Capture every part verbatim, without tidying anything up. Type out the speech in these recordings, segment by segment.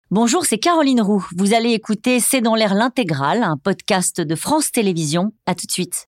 Bonjour, c'est Caroline Roux. Vous allez écouter C'est dans l'air l'intégrale, un podcast de France Télévisions. À tout de suite.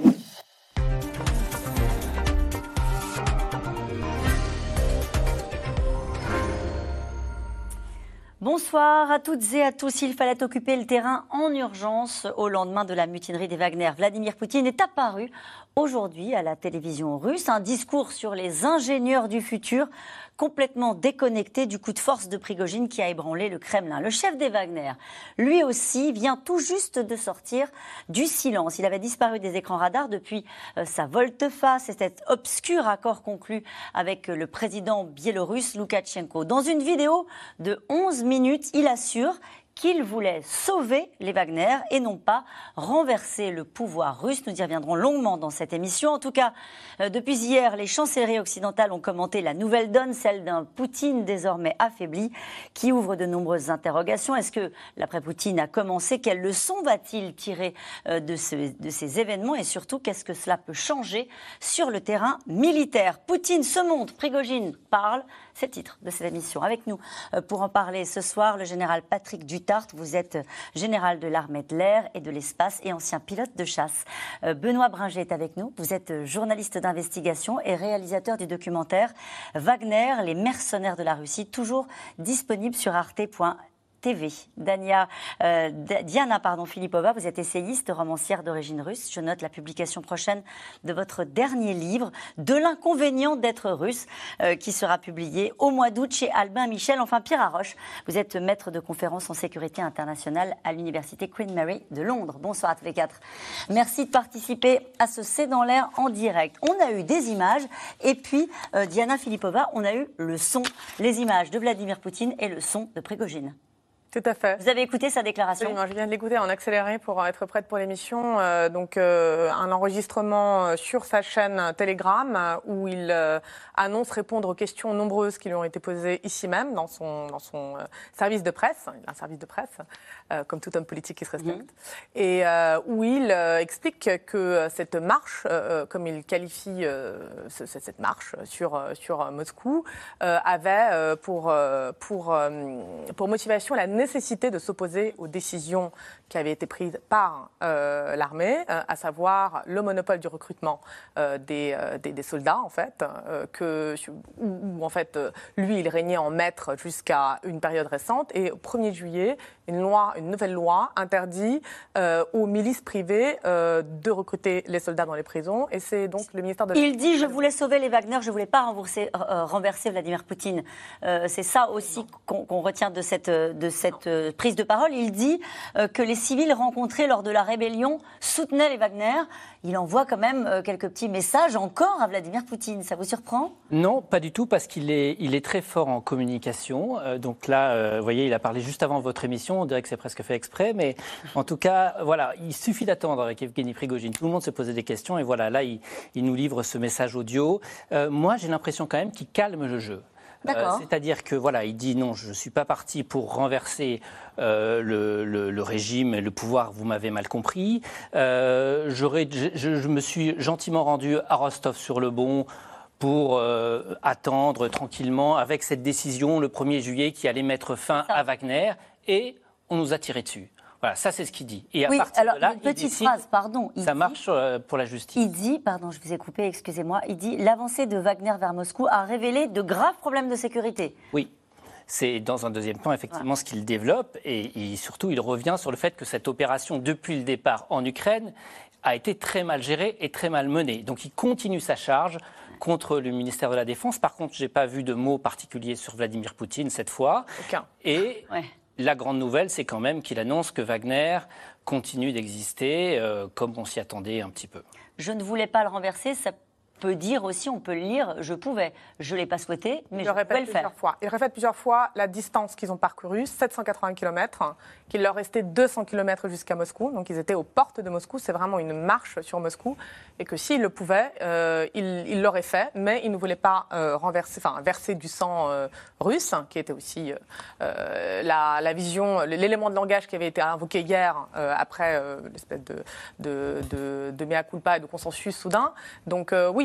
Bonsoir à toutes et à tous. Il fallait occuper le terrain en urgence au lendemain de la mutinerie des Wagner. Vladimir Poutine est apparu aujourd'hui à la télévision russe. Un discours sur les ingénieurs du futur, complètement déconnecté du coup de force de Prigojine qui a ébranlé le Kremlin. Le chef des Wagner, lui aussi, vient tout juste de sortir du silence. Il avait disparu des écrans radars depuis euh, sa volte-face et cet obscur accord conclu avec euh, le président biélorusse Loukachenko. Dans une vidéo de onze minutes, il assure qu'il voulait sauver les Wagner et non pas renverser le pouvoir russe. Nous y reviendrons longuement dans cette émission. En tout cas, euh, depuis hier, les chancelleries occidentales ont commenté la nouvelle donne, celle d'un Poutine désormais affaibli, qui ouvre de nombreuses interrogations. Est-ce que l'après-Poutine a commencé? Quelles leçons va-t-il tirer euh, de, ce, de ces événements? Et surtout, qu'est-ce que cela peut changer sur le terrain militaire? Poutine se montre, Prigojine parle. C'est le titre de cette émission. Avec nous euh, pour en parler ce soir, le général Patrick Dutart. Vous êtes général de l'armée de l'air et de l'espace et ancien pilote de chasse. Euh, Benoît Bringer est avec nous. Vous êtes journaliste d'investigation et réalisateur du documentaire Wagner, les mercenaires de la Russie, toujours disponible sur arte point T V. Dania, euh, Diana pardon, Filipova, vous êtes essayiste, romancière d'origine russe. Je note la publication prochaine de votre dernier livre, De l'inconvénient d'être russe, euh, qui sera publié au mois d'août chez Albin Michel. Enfin, Pierre Haroche, vous êtes maître de conférences en sécurité internationale à l'université Queen Mary de Londres. Bonsoir à tous les quatre. Merci de participer à ce C'est dans l'air en direct. On a eu des images et puis, euh, Diana Filipova, on a eu le son, les images de Vladimir Poutine et le son de Prigojine. Tout à fait. Vous avez écouté sa déclaration? Absolument, je viens de l'écouter en accéléré pour être prête pour l'émission. Euh, donc, euh, un enregistrement sur sa chaîne Telegram euh, où il euh, annonce répondre aux questions nombreuses qui lui ont été posées ici même, dans son, dans son euh, service de presse. Il a un service de presse, euh, comme tout homme politique qui se respecte. Mmh. Et euh, où il euh, explique que cette marche, euh, comme il qualifie euh, ce, cette marche sur, sur Moscou, euh, avait euh, pour, euh, pour, euh, pour motivation la nécessité de s'opposer aux décisions qui avaient été prises par euh, l'armée, euh, à savoir le monopole du recrutement euh, des, euh, des, des soldats, en fait, euh, que, où, où, en fait, euh, lui, il régnait en maître jusqu'à une période récente. Et au premier juillet, une loi, une nouvelle loi interdit euh, aux milices privées euh, de recruter les soldats dans les prisons. Et c'est donc le ministère de... Il dit « Je voulais sauver les Wagner, je ne voulais pas renverser, euh, renverser Vladimir Poutine euh, ». C'est ça aussi qu'on, qu'on retient de cette, de cette euh, prise de parole. Il dit euh, que les civils rencontrés lors de la rébellion soutenaient les Wagner. Il envoie quand même euh, quelques petits messages encore à Vladimir Poutine. Ça vous surprend? Non, pas du tout, parce qu'il est, il est très fort en communication. Euh, donc là, euh, vous voyez, il a parlé juste avant votre émission. On dirait que c'est presque fait exprès, mais en tout cas, voilà, il suffit d'attendre avec Evgeny Prigojine. Tout le monde se posait des questions et voilà, là, il, il nous livre ce message audio. Euh, moi, j'ai l'impression quand même qu'il calme le jeu. Euh, c'est-à-dire que voilà, il dit non, je ne suis pas parti pour renverser euh, le, le, le régime et le pouvoir, vous m'avez mal compris. Euh, j'aurais, je, je me suis gentiment rendu à Rostov-sur-le-Bon pour euh, attendre tranquillement avec cette décision le premier juillet qui allait mettre fin à Wagner et on nous a tiré dessus. Voilà, ça c'est ce qu'il dit. Et à oui, partir alors, de là, une petite il décide, phrase, pardon. Il ça dit, marche pour la justice. Il dit, pardon, je vous ai coupé, excusez-moi, il dit l'avancée de Wagner vers Moscou a révélé de graves problèmes de sécurité. Oui. C'est dans un deuxième temps effectivement ce qu'il développe et, et surtout il revient sur le fait que cette opération depuis le départ en Ukraine a été très mal gérée et très mal menée. Donc il continue sa charge contre le ministère de la Défense. Par contre, je n'ai pas vu de mots particuliers sur Vladimir Poutine cette fois. Aucun. Et ouais. La grande nouvelle, c'est quand même qu'il annonce que Wagner continue d'exister euh, comme on s'y attendait un petit peu. Je ne voulais pas le renverser, ça peut dire aussi, on peut le lire, je pouvais. Je ne l'ai pas souhaité, mais il je pouvais le faire. Fois. Il répète plusieurs fois la distance qu'ils ont parcourue, sept cent quatre-vingts kilomètres, qu'il leur restait deux cents kilomètres jusqu'à Moscou. Donc ils étaient aux portes de Moscou, c'est vraiment une marche sur Moscou. Et que s'il le pouvait, euh, il, il l'aurait fait, mais il ne voulait pas euh, renverser, enfin, verser du sang euh, russe, qui était aussi euh, la, la vision, l'élément de langage qui avait été invoqué hier, euh, après euh, l'espèce de, de, de, de mea culpa et de consensus soudain. Donc euh, oui,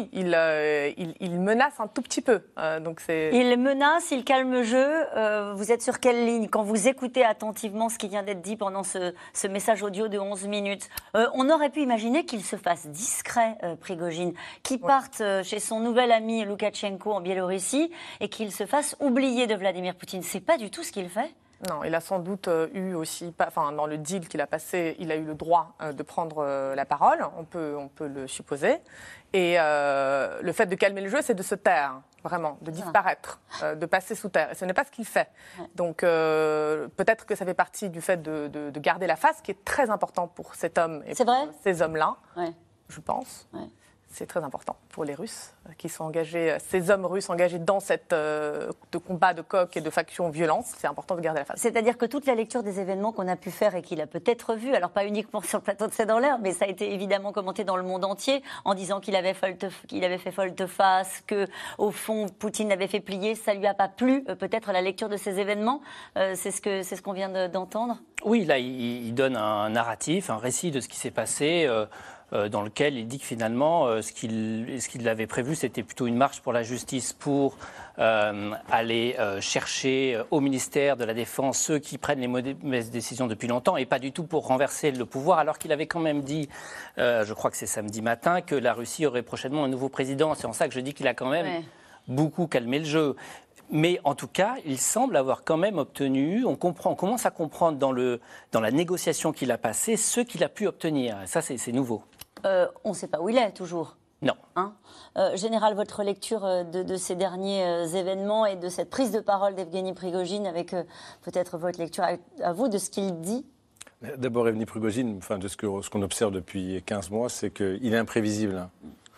oui, il, euh, il, il menace un tout petit peu. Euh, donc c'est... Il menace, il calme le jeu. Euh, vous êtes sur quelle ligne quand vous écoutez attentivement ce qui vient d'être dit pendant ce, ce message audio de onze minutes? euh, On aurait pu imaginer qu'il se fasse discret, euh, Prigojine, qu'il Ouais. parte euh, chez son nouvel ami Loukachenko en Biélorussie et qu'il se fasse oublier de Vladimir Poutine. C'est pas du tout ce qu'il fait. Non, il a sans doute euh, eu aussi, pas- enfin dans le deal qu'il a passé, il a eu le droit euh, de prendre euh, la parole, on peut, on peut le supposer. Et euh, le fait de calmer le jeu, c'est de se taire, vraiment, de disparaître, euh, de passer sous terre. Et ce n'est pas ce qu'il fait. Ouais. Donc euh, peut-être que ça fait partie du fait de, de, de garder la face, qui est très important pour cet homme et C'est pour vrai ces hommes-là, Ouais. je pense. Ouais. C'est très important pour les Russes, euh, qui sont engagés, euh, ces hommes russes engagés dans cette euh, de combat de coq et de factions violentes. C'est important de garder la face. C'est-à-dire que toute la lecture des événements qu'on a pu faire et qu'il a peut-être vu, alors pas uniquement sur le plateau de C'est dans l'air, mais ça a été évidemment commenté dans le monde entier en disant qu'il avait, folte, qu'il avait fait volte-face, que au fond Poutine l'avait fait plier, ça lui a pas plu. Euh, peut-être la lecture de ces événements, euh, c'est ce que c'est ce qu'on vient de, d'entendre. Oui, là, il, il donne un narratif, un récit de ce qui s'est passé. Euh, Euh, dans lequel il dit que finalement, euh, ce qu'il ce qu'il avait prévu, c'était plutôt une marche pour la justice, pour euh, aller euh, chercher euh, au ministère de la Défense ceux qui prennent les mauvaises décisions depuis longtemps, et pas du tout pour renverser le pouvoir, alors qu'il avait quand même dit, euh, je crois que c'est samedi matin, que la Russie aurait prochainement un nouveau président. C'est en ça que je dis qu'il a quand même Ouais. beaucoup calmé le jeu. Mais en tout cas, il semble avoir quand même obtenu, on, comprend, on commence à comprendre dans, le, dans la négociation qu'il a passée ce qu'il a pu obtenir. Ça, c'est, c'est nouveau. Euh, on ne sait pas où il est toujours. Non. Hein euh, Général, votre lecture euh, de, de ces derniers euh, événements et de cette prise de parole d'Evgeny Prigojine, avec euh, peut-être votre lecture à, à vous de ce qu'il dit. D'abord, Evgeny Prigojine, enfin, de ce, que, ce qu'on observe depuis quinze mois, c'est qu'il est imprévisible.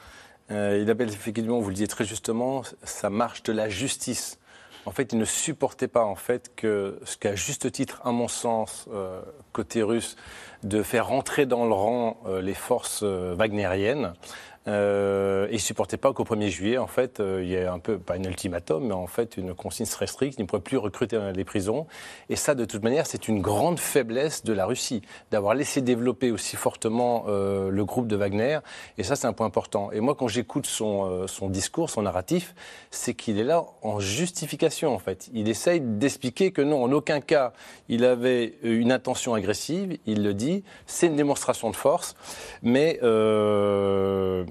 Euh, il appelle effectivement, vous le disiez très justement, sa marche de la justice. En fait, il ne supportait pas en fait que, ce qu'à juste titre, à mon sens, euh, côté russe, de faire rentrer dans le rang euh, les forces euh, wagnériennes. Euh, et il ne supportait pas qu'au premier juillet, en fait, euh, il y ait un peu, pas un ultimatum, mais en fait une consigne très stricte, il ne pourrait plus recruter dans les prisons. Et ça, de toute manière, c'est une grande faiblesse de la Russie, d'avoir laissé développer aussi fortement euh, le groupe de Wagner. Et ça, c'est un point important. Et moi, quand j'écoute son, euh, son discours, son narratif, c'est qu'il est là en justification, en fait. Il essaye d'expliquer que non, en aucun cas, il avait une intention agressive, il le dit, c'est une démonstration de force, mais... Euh,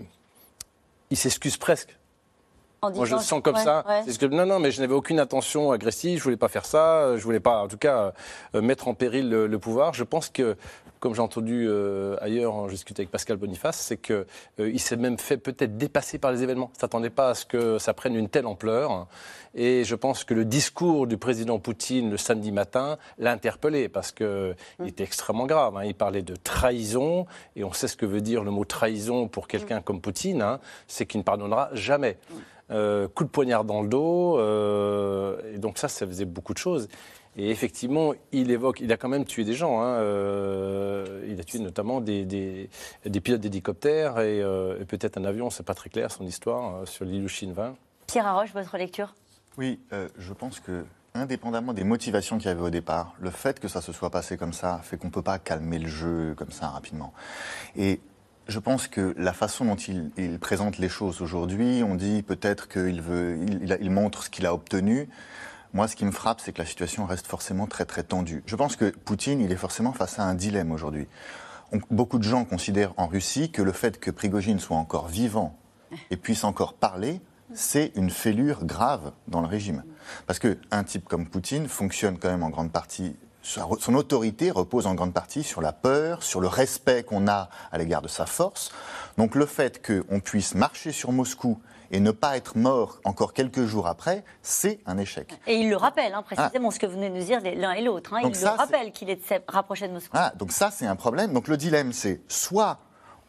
il s'excuse presque. En Moi, je le disant- sens comme ouais, ça. ouais. C'est que, non, non, mais je n'avais aucune intention agressive. Je voulais pas faire ça. Je voulais pas, en tout cas, euh, mettre en péril le, le pouvoir. Je pense que, comme j'ai entendu euh, ailleurs, je discutais avec Pascal Boniface, c'est que euh, il s'est même fait peut-être dépasser par les événements. Il s'attendait pas à ce que ça prenne une telle ampleur. Et je pense que le discours du président Poutine le samedi matin l'a interpellé parce que il était extrêmement grave. Hein. Il parlait de trahison et on sait ce que veut dire le mot trahison pour quelqu'un comme Poutine. Hein. C'est qu'il ne pardonnera jamais. Euh, coup de poignard dans le dos, euh, et donc ça, ça faisait beaucoup de choses. Et effectivement, il évoque, il a quand même tué des gens. Hein, euh, il a tué notamment des, des, des pilotes d'hélicoptères et, euh, et peut-être un avion, c'est pas très clair son histoire, euh, sur l'Ilyushin vingt. Pierre Haroche, votre lecture. Oui, euh, je pense que, indépendamment des motivations qu'il y avait au départ, le fait que ça se soit passé comme ça fait qu'on ne peut pas calmer le jeu comme ça rapidement. Et je pense que la façon dont il, il présente les choses aujourd'hui, on dit peut-être qu'il veut, il, il montre ce qu'il a obtenu. Moi, ce qui me frappe, c'est que la situation reste forcément très très tendue. Je pense que Poutine, il est forcément face à un dilemme aujourd'hui. On, beaucoup de gens considèrent en Russie que le fait que Prigojine soit encore vivant et puisse encore parler, c'est une fêlure grave dans le régime. Parce qu'un type comme Poutine fonctionne quand même en grande partie, son autorité repose en grande partie sur la peur, sur le respect qu'on a à l'égard de sa force. Donc le fait qu'on puisse marcher sur Moscou et ne pas être mort encore quelques jours après, c'est un échec. Et il le rappelle, hein, précisément, ah. ce que vous venez de nous dire l'un et l'autre. Hein. Il ça, le rappelle qu'il est rapproché de Moscou. Ah, donc ça, c'est un problème. Donc le dilemme, c'est soit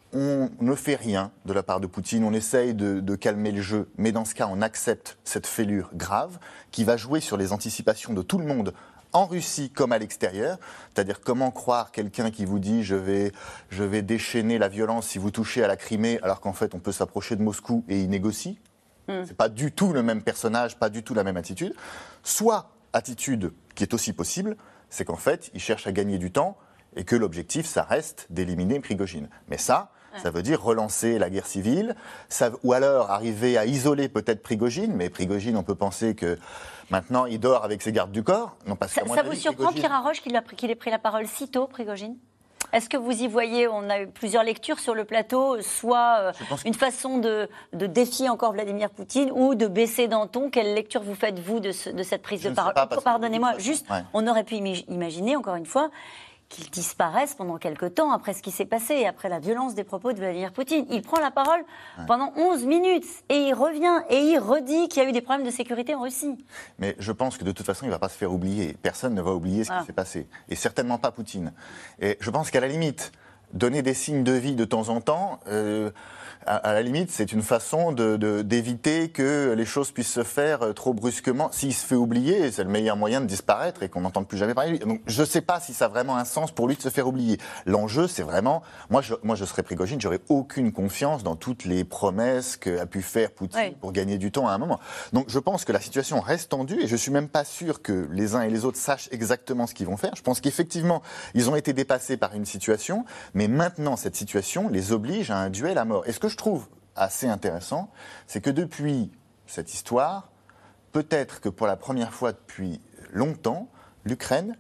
on ne fait rien de la part de Poutine, on essaye de, de calmer le jeu, mais dans ce cas, on accepte cette fêlure grave qui va jouer sur les anticipations de tout le monde, en Russie comme à l'extérieur. C'est-à-dire comment croire quelqu'un qui vous dit je vais, je vais déchaîner la violence si vous touchez à la Crimée, alors qu'en fait on peut s'approcher de Moscou et il négocie. Mm. C'est pas du tout le même personnage, pas du tout la même attitude. Soit attitude qui est aussi possible, c'est qu'en fait il cherche à gagner du temps et que l'objectif ça reste d'éliminer Prigojine. Mais ça, Ça veut dire relancer la guerre civile, ça, ou alors arriver à isoler peut-être Prigojine, mais Prigojine, on peut penser que maintenant il dort avec ses gardes du corps. Non, parce ça qu'à mon ça avis, vous surprend, Prigojine... Pierre Haroche, qu'il, a pris, qu'il ait pris la parole si tôt, Prigojine ? Est-ce que vous y voyez, on a eu plusieurs lectures sur le plateau, soit euh, pense... une façon de, de défier encore Vladimir Poutine ou de baisser d'un ton? Quelle lecture vous faites, vous, de, ce, de cette prise Je de parole? Pardonnez-moi, que... juste, ouais. On aurait pu imaginer, encore une fois, qu'il disparaisse pendant quelque temps après ce qui s'est passé, après la violence des propos de Vladimir Poutine. Il prend la parole ouais. pendant onze minutes et il revient et il redit qu'il y a eu des problèmes de sécurité en Russie. Mais je pense que de toute façon, il ne va pas se faire oublier. Personne ne va oublier ce voilà. qui s'est passé. Et certainement pas Poutine. Et je pense qu'à la limite, donner des signes de vie de temps en temps... Euh, À, à la limite, c'est une façon de, de, d'éviter que les choses puissent se faire trop brusquement. S'il se fait oublier, c'est le meilleur moyen de disparaître et qu'on n'entende plus jamais parler de lui. Donc, je ne sais pas si ça a vraiment un sens pour lui de se faire oublier. L'enjeu, c'est vraiment... Moi, je, moi, je serais Prigojine, j'aurais aucune confiance dans toutes les promesses qu'a pu faire Poutine oui. pour gagner du temps à un moment. Donc, je pense que la situation reste tendue et je ne suis même pas sûr que les uns et les autres sachent exactement ce qu'ils vont faire. Je pense qu'effectivement, ils ont été dépassés par une situation, mais maintenant, cette situation les oblige à un duel à mort. Est-ce que je trouve assez intéressant, c'est que depuis cette histoire, peut-être que pour la première fois depuis longtemps, l'Ukraine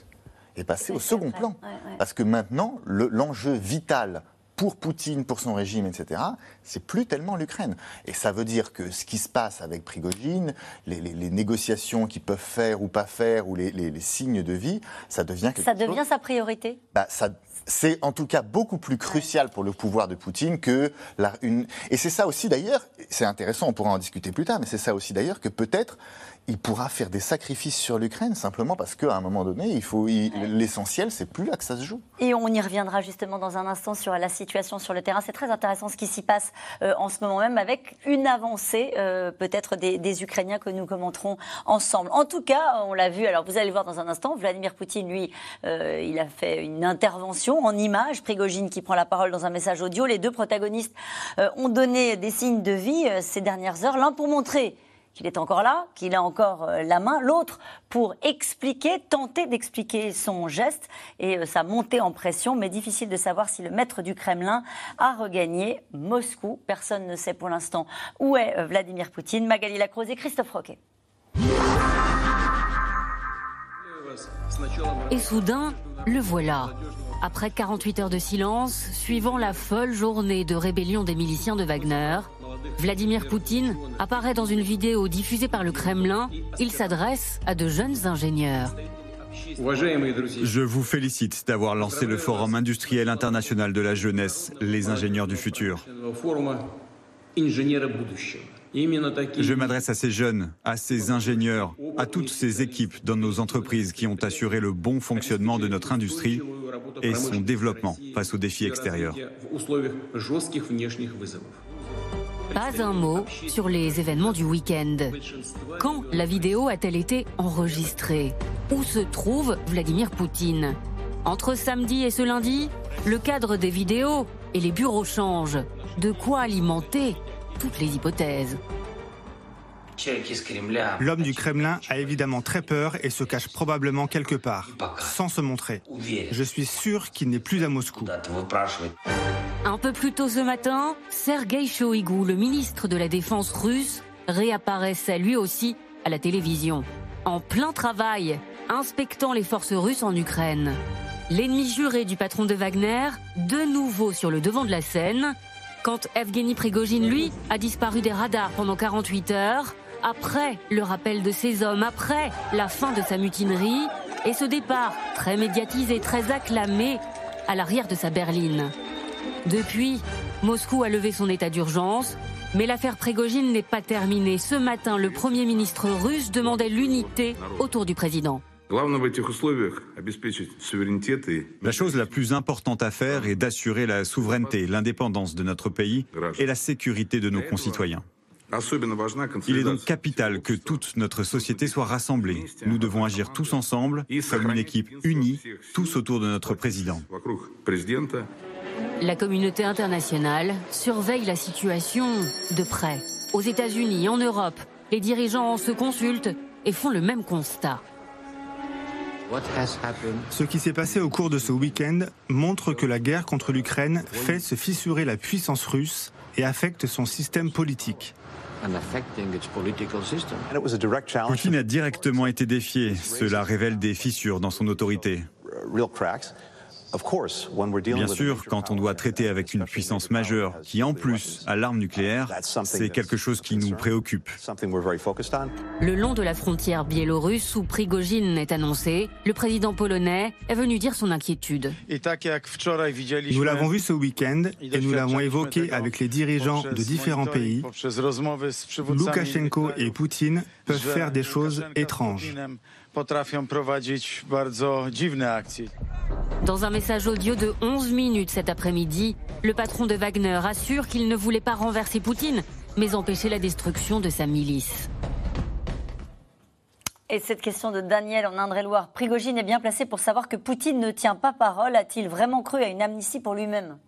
est passée au second plan. Ouais, ouais. Parce que maintenant, le, l'enjeu vital pour Poutine, pour son régime, et cetera, c'est plus tellement l'Ukraine. Et ça veut dire que ce qui se passe avec Prigojine, les, les, les négociations qu'ils peuvent faire ou pas faire, ou les, les, les signes de vie, ça devient quelque ça chose... Ça devient sa priorité bah, ça, c'est en tout cas beaucoup plus crucial pour le pouvoir de Poutine que la, une... Et c'est ça aussi d'ailleurs, c'est intéressant, on pourra en discuter plus tard, mais c'est ça aussi d'ailleurs que peut-être il pourra faire des sacrifices sur l'Ukraine simplement parce qu'à un moment donné, il faut, il, ouais. l'essentiel, c'est plus là que ça se joue. Et on y reviendra justement dans un instant sur la situation sur le terrain. C'est très intéressant ce qui s'y passe euh, en ce moment même avec une avancée euh, peut-être des, des Ukrainiens que nous commenterons ensemble. En tout cas, on l'a vu, alors vous allez voir dans un instant, Vladimir Poutine, lui, euh, il a fait une intervention en images. Prigojine qui prend la parole dans un message audio. Les deux protagonistes euh, ont donné des signes de vie euh, ces dernières heures. L'un pour montrer qu'il est encore là, qu'il a encore euh, la main. L'autre pour expliquer, tenter d'expliquer son geste et euh, sa montée en pression. Mais difficile de savoir si le maître du Kremlin a regagné Moscou. Personne ne sait pour l'instant où est euh, Vladimir Poutine. Magali Lacroze et Christophe Roquet. Et soudain, le voilà. Après quarante-huit heures de silence, suivant la folle journée de rébellion des miliciens de Wagner, Vladimir Poutine apparaît dans une vidéo diffusée par le Kremlin. Il s'adresse à de jeunes ingénieurs. Je vous félicite d'avoir lancé le Forum industriel international de la jeunesse, les ingénieurs du futur. Je m'adresse à ces jeunes, à ces ingénieurs, à toutes ces équipes dans nos entreprises qui ont assuré le bon fonctionnement de notre industrie et son développement face aux défis extérieurs. Pas un mot sur les événements du week-end. Quand la vidéo a-t-elle été enregistrée? Où se trouve Vladimir Poutine? Entre samedi et ce lundi, le cadre des vidéos et les bureaux changent. De quoi alimenter toutes les hypothèses. L'homme du Kremlin a évidemment très peur et se cache probablement quelque part, sans se montrer. Je suis sûr qu'il n'est plus à Moscou. Un peu plus tôt ce matin, Sergueï Shoïgu, le ministre de la Défense russe, réapparaissait lui aussi à la télévision. En plein travail, inspectant les forces russes en Ukraine. L'ennemi juré du patron de Wagner, de nouveau sur le devant de la scène, quand Evgeny Prigojine, lui, a disparu des radars pendant quarante-huit heures, après le rappel de ses hommes, après la fin de sa mutinerie, et ce départ très médiatisé, très acclamé, à l'arrière de sa berline. Depuis, Moscou a levé son état d'urgence, mais l'affaire Prigojine n'est pas terminée. Ce matin, le Premier ministre russe demandait l'unité autour du président. La chose la plus importante à faire est d'assurer la souveraineté, l'indépendance de notre pays et la sécurité de nos concitoyens. Il est donc capital que toute notre société soit rassemblée. Nous devons agir tous ensemble, comme une équipe unie, tous autour de notre président. La communauté internationale surveille la situation de près. Aux États-Unis, en Europe, les dirigeants se consultent et font le même constat. Ce qui s'est passé au cours de ce week-end montre que la guerre contre l'Ukraine fait se fissurer la puissance russe et affecte son système politique. Poutine a directement été défié. Cela révèle des fissures dans son autorité. Bien sûr, quand on doit traiter avec une puissance majeure qui, en plus, a l'arme nucléaire, c'est quelque chose qui nous préoccupe. Le long de la frontière biélorusse où Prigojine est annoncé, le président polonais est venu dire son inquiétude. Nous l'avons vu ce week-end et nous l'avons évoqué avec les dirigeants de différents pays. Loukachenko et Poutine peuvent faire des choses étranges. Dans un message audio de onze minutes cet après-midi, le patron de Wagner assure qu'il ne voulait pas renverser Poutine, mais empêcher la destruction de sa milice. Et cette question de Daniel en Indre-et-Loire, Prigojine est bien placé pour savoir que Poutine ne tient pas parole. A-t-il vraiment cru à une amnistie pour lui-même?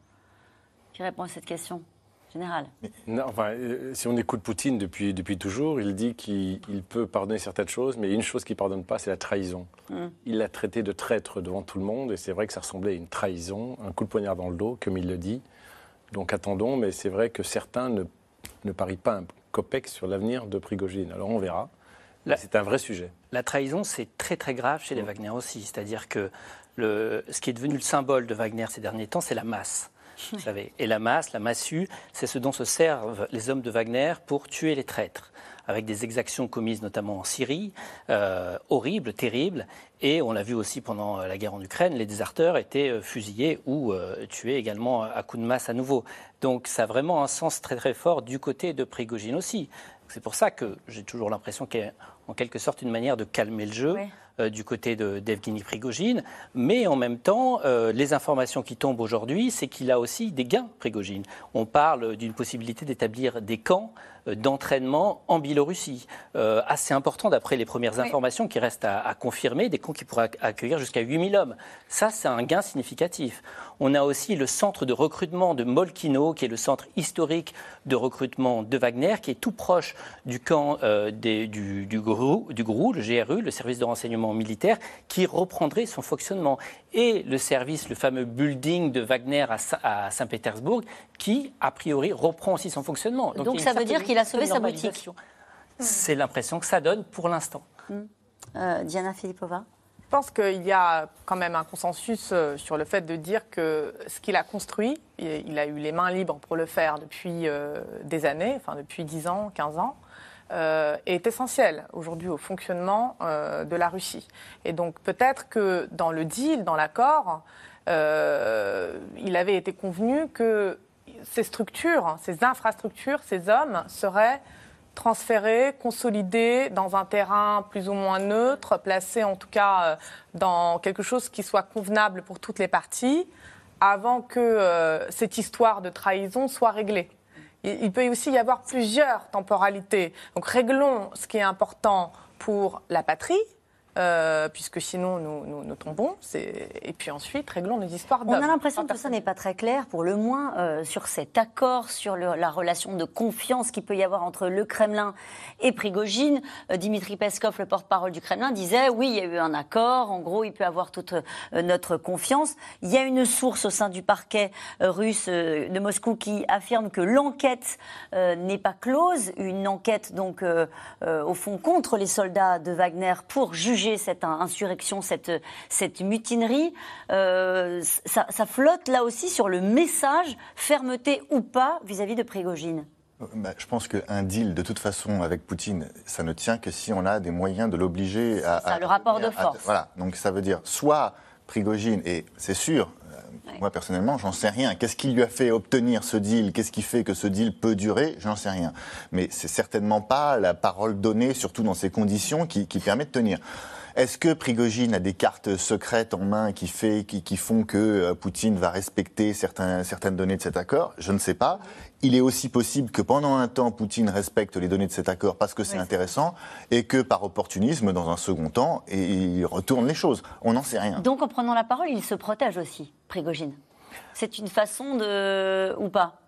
Qui répond à cette question générale? Non, enfin, euh, si on écoute Poutine depuis, depuis toujours, il dit qu'il il peut pardonner certaines choses, mais une chose qu'il ne pardonne pas, c'est la trahison. Mm. Il l'a traité de traître devant tout le monde, et c'est vrai que ça ressemblait à une trahison, un coup de poignard dans le dos, comme il le dit. Donc attendons, mais c'est vrai que certains ne, ne parient pas un copec sur l'avenir de Prigojine. Alors on verra. La, c'est un vrai sujet. La trahison, c'est très très grave chez les Wagner aussi. C'est-à-dire que le, ce qui est devenu le symbole de Wagner ces derniers temps, c'est la masse. Vous savez. Et la masse, la massue, c'est ce dont se servent les hommes de Wagner pour tuer les traîtres, avec des exactions commises notamment en Syrie, euh, horribles, terribles. Et on l'a vu aussi pendant la guerre en Ukraine, les déserteurs étaient fusillés ou euh, tués également à coups de masse à nouveau. Donc ça a vraiment un sens très très fort du côté de Prigojine aussi. C'est pour ça que j'ai toujours l'impression qu'il y a en quelque sorte une manière de calmer le jeu. Oui. Euh, du côté de, d'Evgueni Prigojine, mais en même temps, euh, les informations qui tombent aujourd'hui, c'est qu'il a aussi des gains, Prigojine. On parle d'une possibilité d'établir des camps euh, d'entraînement en Biélorussie, euh, assez important d'après les premières oui. informations qui restent à, à confirmer, des camps qui pourraient accueillir jusqu'à huit mille hommes. Ça, c'est un gain significatif. On a aussi le centre de recrutement de Molkino, qui est le centre historique de recrutement de Wagner, qui est tout proche du camp euh, des, du, du, GRU, du GRU, le G R U, le service de renseignement militaire, qui reprendrait son fonctionnement. Et le service, le fameux building de Wagner à, à Saint-Pétersbourg, qui, a priori, reprend aussi son fonctionnement. Donc, Donc ça veut dire qu'il a sauvé sa boutique. C'est l'impression que ça donne pour l'instant. Hum. Euh, Diana Filippova. Je pense qu'il y a quand même un consensus sur le fait de dire que ce qu'il a construit, il a eu les mains libres pour le faire depuis des années, enfin depuis dix ans, quinze ans, euh, est essentiel aujourd'hui au fonctionnement euh, de la Russie. Et donc peut-être que dans le deal, dans l'accord, euh, il avait été convenu que ces structures, ces infrastructures, ces hommes seraient transférés, consolidés dans un terrain plus ou moins neutre, placés en tout cas dans quelque chose qui soit convenable pour toutes les parties, avant que euh, cette histoire de trahison soit réglée. Il, il peut aussi y avoir plusieurs temporalités. Donc réglons ce qui est important pour la patrie, Euh, puisque sinon nous, nous, nous tombons, c'est... et puis ensuite réglons nos histoires d'hommes. On a l'impression que tout ça n'est pas très clair, pour le moins, euh, sur cet accord, sur le, la relation de confiance qu'il peut y avoir entre le Kremlin et Prigojine. Euh, Dimitri Peskov, le porte-parole du Kremlin, disait oui, il y a eu un accord, en gros, il peut avoir toute euh, notre confiance. Il y a une source au sein du parquet euh, russe euh, de Moscou qui affirme que l'enquête euh, n'est pas close, une enquête donc euh, euh, au fond contre les soldats de Wagner pour juger cette insurrection, cette, cette mutinerie. Euh, ça, ça flotte là aussi sur le message, fermeté ou pas, vis-à-vis de Prigojine. Bah, je pense qu'un deal, de toute façon, avec Poutine, ça ne tient que si on a des moyens de l'obliger à... C'est ça, à, le rapport de force. À, voilà, donc ça veut dire soit Prigojine, et c'est sûr, euh, ouais. moi personnellement, j'en sais rien. Qu'est-ce qui lui a fait obtenir ce deal? Qu'est-ce qui fait que ce deal peut durer? J'en sais rien. Mais c'est certainement pas la parole donnée, surtout dans ces conditions, qui, qui permet de tenir. Est-ce que Prigojine a des cartes secrètes en main qui, fait, qui, qui font que Poutine va respecter certains, certaines données de cet accord? Je ne sais pas. Il est aussi possible que pendant un temps, Poutine respecte les données de cet accord parce que c'est oui, intéressant et que par opportunisme, dans un second temps, il retourne les choses. On n'en sait rien. Donc en prenant la parole, il se protège aussi, Prigojine. C'est une façon de... ou pas?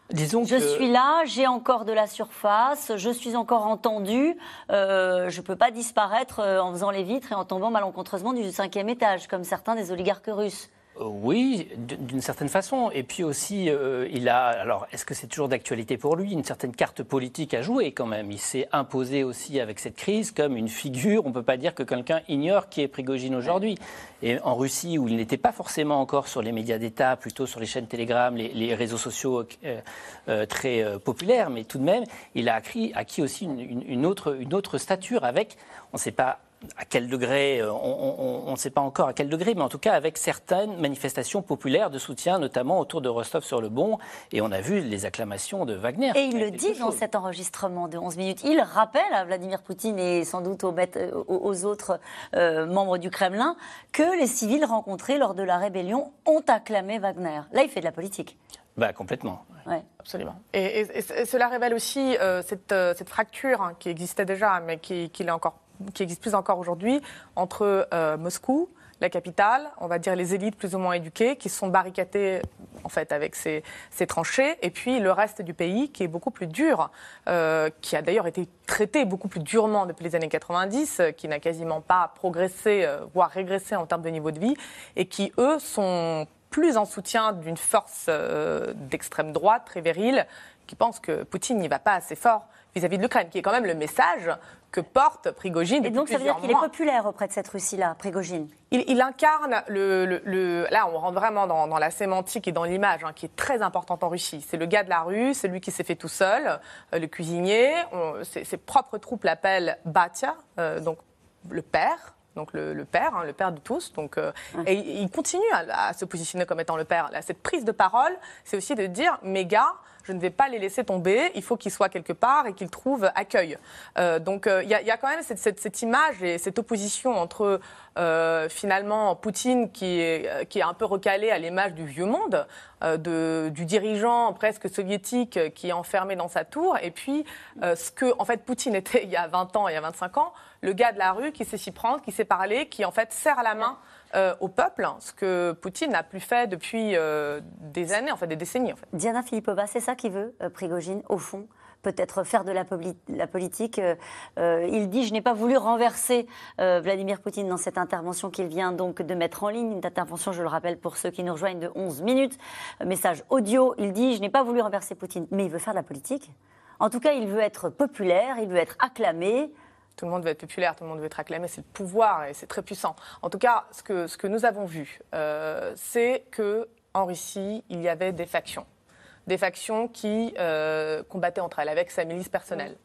Disons je que... suis là, j'ai encore de la surface, je suis encore entendu, euh, je ne peux pas disparaître en faisant les vitres et en tombant malencontreusement du cinquième étage, comme certains des oligarques russes. Euh, oui, d'une certaine façon. Et puis aussi, euh, il a. Alors, est-ce que c'est toujours d'actualité pour lui? Une certaine carte politique à jouer quand même. Il s'est imposé aussi avec cette crise comme une figure. On ne peut pas dire que quelqu'un ignore qui est Prigojine aujourd'hui. Et en Russie, où il n'était pas forcément encore sur les médias d'État, plutôt sur les chaînes Telegram, les, les réseaux sociaux euh, euh, très euh, populaires, mais tout de même, il a acquis, acquis aussi une, une, une, autre, une autre stature avec, on ne sait pas à quel degré, on ne sait pas encore à quel degré, mais en tout cas avec certaines manifestations populaires de soutien, notamment autour de Rostov-sur-le-Bon. Et on a vu les acclamations de Wagner. Et il le dit dans cet enregistrement de onze minutes. Il rappelle à Vladimir Poutine et sans doute aux, aux autres euh, membres du Kremlin que les civils rencontrés lors de la rébellion ont acclamé Wagner. Là, il fait de la politique. Bah, complètement. Ouais. Absolument. Et, et, et cela révèle aussi euh, cette, euh, cette fracture hein, qui existait déjà, mais qui, qui, est encore, qui existe plus encore aujourd'hui, entre euh, Moscou, la capitale, on va dire les élites plus ou moins éduquées, qui sont barricadées en fait avec ces, ces tranchées, et puis le reste du pays qui est beaucoup plus dur, euh, qui a d'ailleurs été traité beaucoup plus durement depuis les années quatre-vingt-dix, euh, qui n'a quasiment pas progressé, euh, voire régressé en termes de niveau de vie, et qui, eux, sont plus en soutien d'une force euh, d'extrême droite, très virile, qui pense que Poutine n'y va pas assez fort vis-à-vis de l'Ukraine, qui est quand même le message que porte Prigojine depuis Et donc ça veut dire qu'il est populaire auprès de cette Russie-là, Prigojine. Il, il incarne le, le, le... Là, on rentre vraiment dans, dans la sémantique et dans l'image, hein, qui est très importante en Russie. C'est le gars de la rue, c'est lui qui s'est fait tout seul, euh, le cuisinier. On, ses, ses propres troupes l'appellent Batya, euh, donc le père. Donc le, le père, hein, le père de tous. Donc, euh, mmh. Et il continue à, à se positionner comme étant le père. Là, cette prise de parole, c'est aussi de dire, mes gars, je ne vais pas les laisser tomber, il faut qu'ils soient quelque part et qu'ils trouvent accueil. Euh, donc il euh, y, y a quand même cette, cette, cette image et cette opposition entre euh, finalement Poutine qui est, qui est un peu recalé à l'image du vieux monde, euh, de, du dirigeant presque soviétique qui est enfermé dans sa tour, et puis euh, ce que en fait Poutine était il y a vingt ans, il y a vingt-cinq ans, le gars de la rue qui sait s'y prendre, qui sait parler, qui en fait serre la main euh, au peuple, ce que Poutine n'a plus fait depuis euh, des années, en fait des décennies. En fait. Diana Filippova, c'est ça qu'il veut, euh, Prigojine, au fond, peut-être faire de la, poli- la politique. Euh, euh, il dit, je n'ai pas voulu renverser euh, Vladimir Poutine dans cette intervention qu'il vient donc de mettre en ligne. Une intervention, je le rappelle pour ceux qui nous rejoignent, de onze minutes. Euh, message audio, il dit, je n'ai pas voulu renverser Poutine. Mais il veut faire de la politique. En tout cas, il veut être populaire, il veut être acclamé. Tout le monde veut être populaire, tout le monde veut être acclamé, c'est le pouvoir et c'est très puissant. En tout cas, ce que, ce que nous avons vu, euh, c'est qu'en Russie, il y avait des factions. Des factions qui euh, combattaient entre elles avec sa milice personnelle.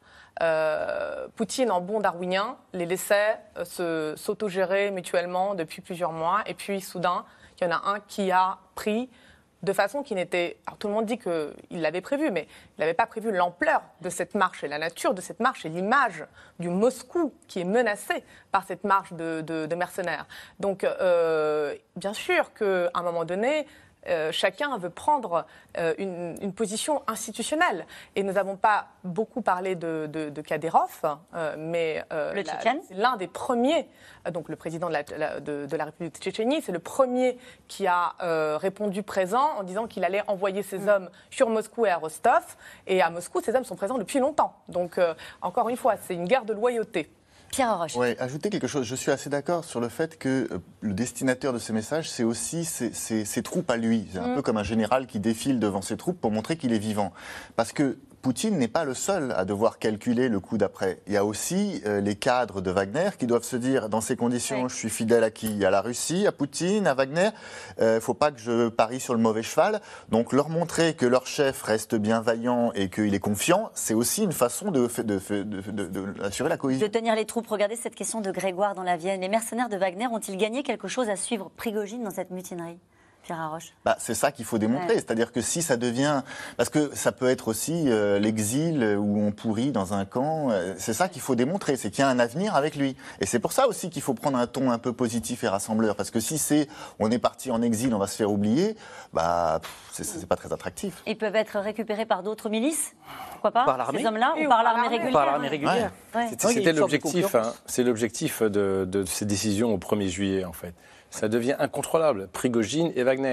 Euh, Poutine, en bon darwinien, les laissait euh, se, s'autogérer mutuellement depuis plusieurs mois. Et puis, soudain, il y en a un qui a pris de façon qui n'était... Alors, tout le monde dit qu'il l'avait prévu, mais il n'avait pas prévu l'ampleur de cette marche et la nature de cette marche et l'image du Moscou qui est menacé par cette marche de, de, de mercenaires. Donc, euh, bien sûr qu'à un moment donné, Euh, chacun veut prendre euh, une, une position institutionnelle. Et nous n'avons pas beaucoup parlé de, de, de Kadyrov, euh, mais euh, le la, Tchétchène. c'est l'un des premiers, euh, donc le président de la, la, de, de la République de Tchétchénie, c'est le premier qui a euh, répondu présent en disant qu'il allait envoyer ses mmh. hommes sur Moscou et à Rostov. Et à Moscou, ces hommes sont présents depuis longtemps. Donc, euh, encore une fois, c'est une guerre de loyauté. Pierre Roche. Oui, ajouter quelque chose. Je suis assez d'accord sur le fait que euh, le destinataire de ces messages, c'est aussi ses, ses, ses troupes à lui. C'est un mmh. peu comme un général qui défile devant ses troupes pour montrer qu'il est vivant. Parce que Poutine n'est pas le seul à devoir calculer le coup d'après. Il y a aussi euh, les cadres de Wagner qui doivent se dire, dans ces conditions, oui. je suis fidèle à qui ? À la Russie, à Poutine, à Wagner. Il euh, ne faut pas que je parie sur le mauvais cheval. Donc leur montrer que leur chef reste bien vaillant et qu'il est confiant, c'est aussi une façon de, de, de, de, de, de assurer la cohésion. De tenir les troupes. Regardez cette question de Grégoire dans la Vienne. Les mercenaires de Wagner ont-ils gagné quelque chose à suivre Prigojine dans cette mutinerie ? Pierre Haroche. Bah, c'est ça qu'il faut démontrer, ouais. C'est-à-dire que si ça devient... Parce que ça peut être aussi euh, l'exil où on pourrit dans un camp, euh, c'est ça qu'il faut démontrer, c'est qu'il y a un avenir avec lui. Et c'est pour ça aussi qu'il faut prendre un ton un peu positif et rassembleur, parce que si c'est on est parti en exil, on va se faire oublier, bah, pff, c'est, c'est pas très attractif. Ils peuvent être récupérés par d'autres milices, pourquoi pas, par l'armée. ces hommes-là, oui, ou par l'armée régulière. Par l'armée régulière. Ouais. C'était, c'était l'objectif, hein, c'est l'objectif de, de ces décisions au premier juillet, en fait. Ça devient incontrôlable, Prigojine et Wagner.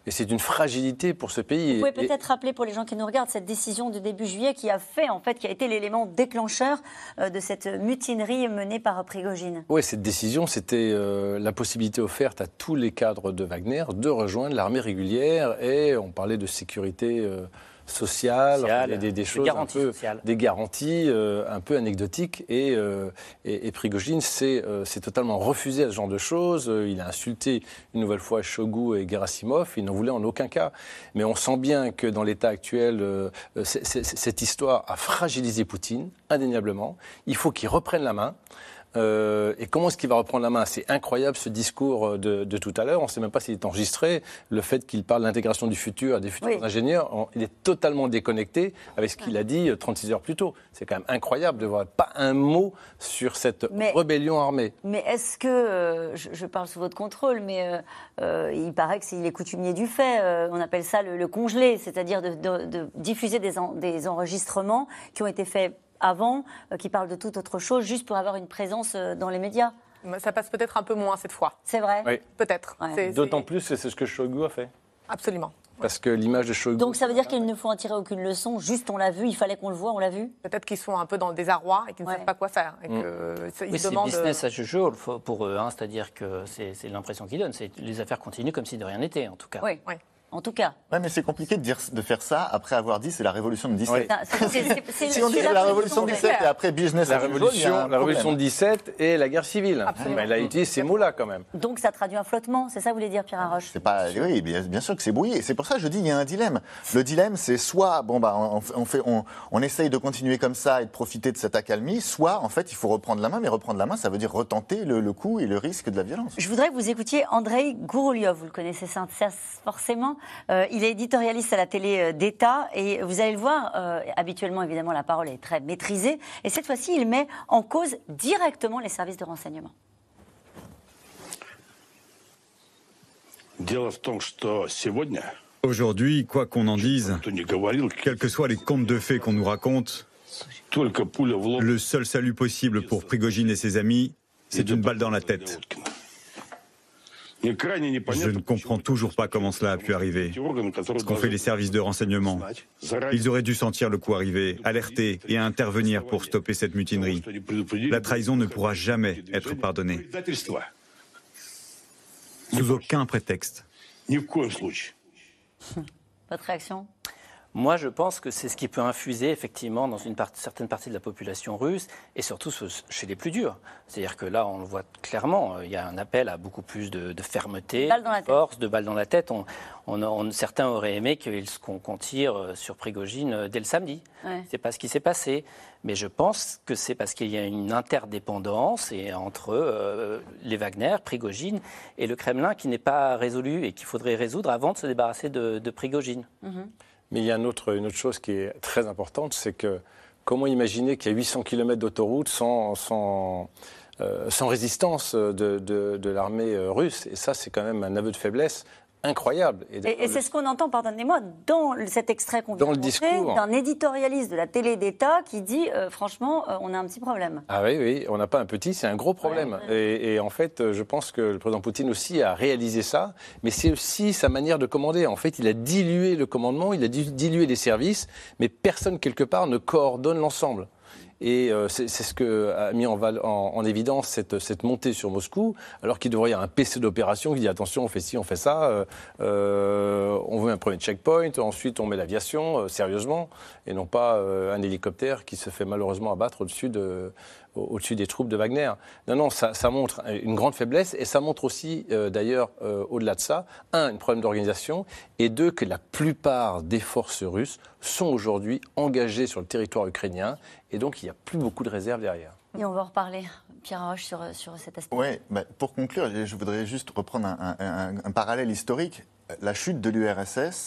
Et c'est une fragilité pour ce pays. Vous pouvez Et- peut-être rappeler pour les gens qui nous regardent cette décision du début juillet qui a fait, en fait, qui a été l'élément déclencheur euh, de cette mutinerie menée par Prigojine. Oui, cette décision, c'était euh, la possibilité offerte à tous les cadres de Wagner de rejoindre l'armée régulière, et on parlait de sécurité euh, sociale, Sociale, des, des- des des choses garanties un peu, sociales. des garanties euh, un peu anecdotiques, et, euh, et, et Prigojine s'est euh, s'est totalement refusé à ce genre de choses. Euh, Il a insulté une nouvelle fois Shoigu et Gerasimov, il n'en voulait en aucun cas. Mais on sent bien que dans l'état actuel, euh, c'est- c'est- cette histoire a fragilisé Poutine, indéniablement. Il faut qu'il reprenne la main. Euh, et comment est-ce qu'il va reprendre la main? C'est incroyable ce discours de, de tout à l'heure. On ne sait même pas s'il est enregistré. Le fait qu'il parle de l'intégration du futur, des futurs Oui. ingénieurs, on- il est totalement déconnecté avec ce qu'il a dit euh, trente-six heures plus tôt. C'est quand même incroyable de voir pas un mot sur cette Mais- rébellion armée. Mais est-ce que, euh, je, je parle sous votre contrôle, mais euh, euh, il paraît que c'est les coutumiers du fait, euh, on appelle ça le, le congelé, c'est-à-dire de, de- de diffuser des, en- des enregistrements qui ont été faits avant, euh, qui parlent de toute autre chose, juste pour avoir une présence euh, dans les médias. Ça passe peut-être un peu moins cette fois. C'est vrai. Oui. Peut-être. Ouais. C'est- D'autant c'est- plus que c'est ce que Shoigu a fait. Absolument. Parce que l'image de Shoigu... Donc ça veut dire qu'il ne faut en tirer aucune leçon, juste on l'a vu, il fallait qu'on le voie, on l'a vu. Peut-être qu'ils sont un peu dans le désarroi et qu'ils ne Ouais. savent pas quoi faire. Et Mm. que, ils Oui, se c'est demandent. business as usual pour eux, hein, c'est-à-dire que c'est c'est l'impression qu'ils donnent. C'est- Les affaires continuent comme si de rien n'était, en tout cas. Oui, Oui. en tout cas. Ouais, mais c'est compliqué de, dire, de faire ça après avoir dit c'est la révolution de dix-sept. Oui. Ça, c'est- c'est- c'est- c'est- Si on dit c'est c'est la révolution de ouais. dix-sept et après business La as usual, il y a révolution, un la révolution de problème. dix-sept et la guerre civile. Absolument. Mais il a utilisé ces mots-là quand même. Donc ça traduit un flottement, c'est ça que vous voulez dire, Pierre Arroche? C'est pas, oui, bien, bien sûr que c'est brouillé. C'est pour ça que je dis il y a un dilemme. Le dilemme, c'est soit bon bah on, on fait, on, on essaye de continuer comme ça et de profiter de cette accalmie, soit en fait il faut reprendre la main. Mais reprendre la main, ça veut dire retenter le, le coup et le risque de la violence. Je voudrais que vous écoutiez Andrei Gourouliov, vous le connaissez ça, ça, forcément. Euh, il est éditorialiste à la télé euh, d'État et vous allez le voir, euh, habituellement évidemment la parole est très maîtrisée et cette fois-ci il met en cause directement les services de renseignement. Дело в том, что сегодня, Aujourd'hui, quoi qu'on en dise, кто не говорил, quels que soient les contes de fées qu'on nous raconte, только пуля в лоб. le seul salut possible pour Prigojine et ses amis, c'est une balle dans la tête. Мне крайне Je непонятно, ne comprends toujours pas comment cela a pu arriver. эти органы, которые Ce qu'ont fait les services de renseignement. знать заранее, Ils auraient dû sentir le coup arriver, alerter et intervenir pour stopper cette mutinerie. что они предупредили, La trahison ne pourra jamais être pardonnée, предательство. sous aucun prétexte. Ни в коем случае. Votre réaction? Moi, je pense que c'est ce qui peut infuser effectivement dans une part- certaine partie de la population russe et surtout ce- chez les plus durs. C'est-à-dire que là, on le voit clairement, euh, il y a un appel à beaucoup plus de, de fermeté, Balles dans la de tête. force, de balles dans la tête. On, on- on- certains auraient aimé qu'ils- qu'on qu'on tire euh, sur Prigojine euh, dès le samedi. Ouais. C'est pas ce qui s'est passé. Mais je pense que c'est parce qu'il y a une interdépendance et entre euh, les Wagner, Prigojine et le Kremlin qui n'est pas résolu et qu'il faudrait résoudre avant de se débarrasser de, de Prigojine. Mais il y a un autre- une autre chose qui est très importante, c'est que comment imaginer qu'il y a huit cents kilomètres d'autoroute sans, sans, euh, sans résistance de, de- de l'armée euh, russe? Et ça, c'est quand même un aveu de faiblesse incroyable. Et Et, et c'est ce qu'on entend, pardonnez-moi, dans le- cet extrait qu'on vient Dans de le montrer, discours. d'un éditorialiste de la télé d'État qui dit, euh, franchement, euh, on a un petit problème. Ah oui, oui, on n'a pas un petit, c'est un gros problème. Et, et en fait, euh, je pense que le président Poutine aussi a réalisé ça, mais c'est aussi sa manière de commander. En fait, il a dilué le commandement, il a di- dilué les services, mais personne, quelque part, ne coordonne l'ensemble. Et euh, c'est c'est ce que a mis en, val- en- en évidence cette, cette montée sur Moscou, alors qu'il devrait y avoir un P C d'opération qui dit attention, on fait ci, on fait ça, euh, euh, on veut un premier checkpoint, ensuite on met l'aviation, euh, sérieusement, et non pas euh, un hélicoptère qui se fait malheureusement abattre au-dessus de, au- au-dessus des troupes de Wagner. Non, non, ça, ça montre une grande faiblesse, et ça montre aussi, euh, d'ailleurs, euh, au-delà de ça, un, un problème d'organisation, et deux, que la plupart des forces russes sont aujourd'hui engagées sur le territoire ukrainien, et donc il n'y a plus beaucoup de réserves derrière. Et on va en reparler, Pierre Roche, sur, sur cet aspect. Oui, bah, pour conclure, je je voudrais juste reprendre un, un- un- un parallèle historique. La chute de l'U R S S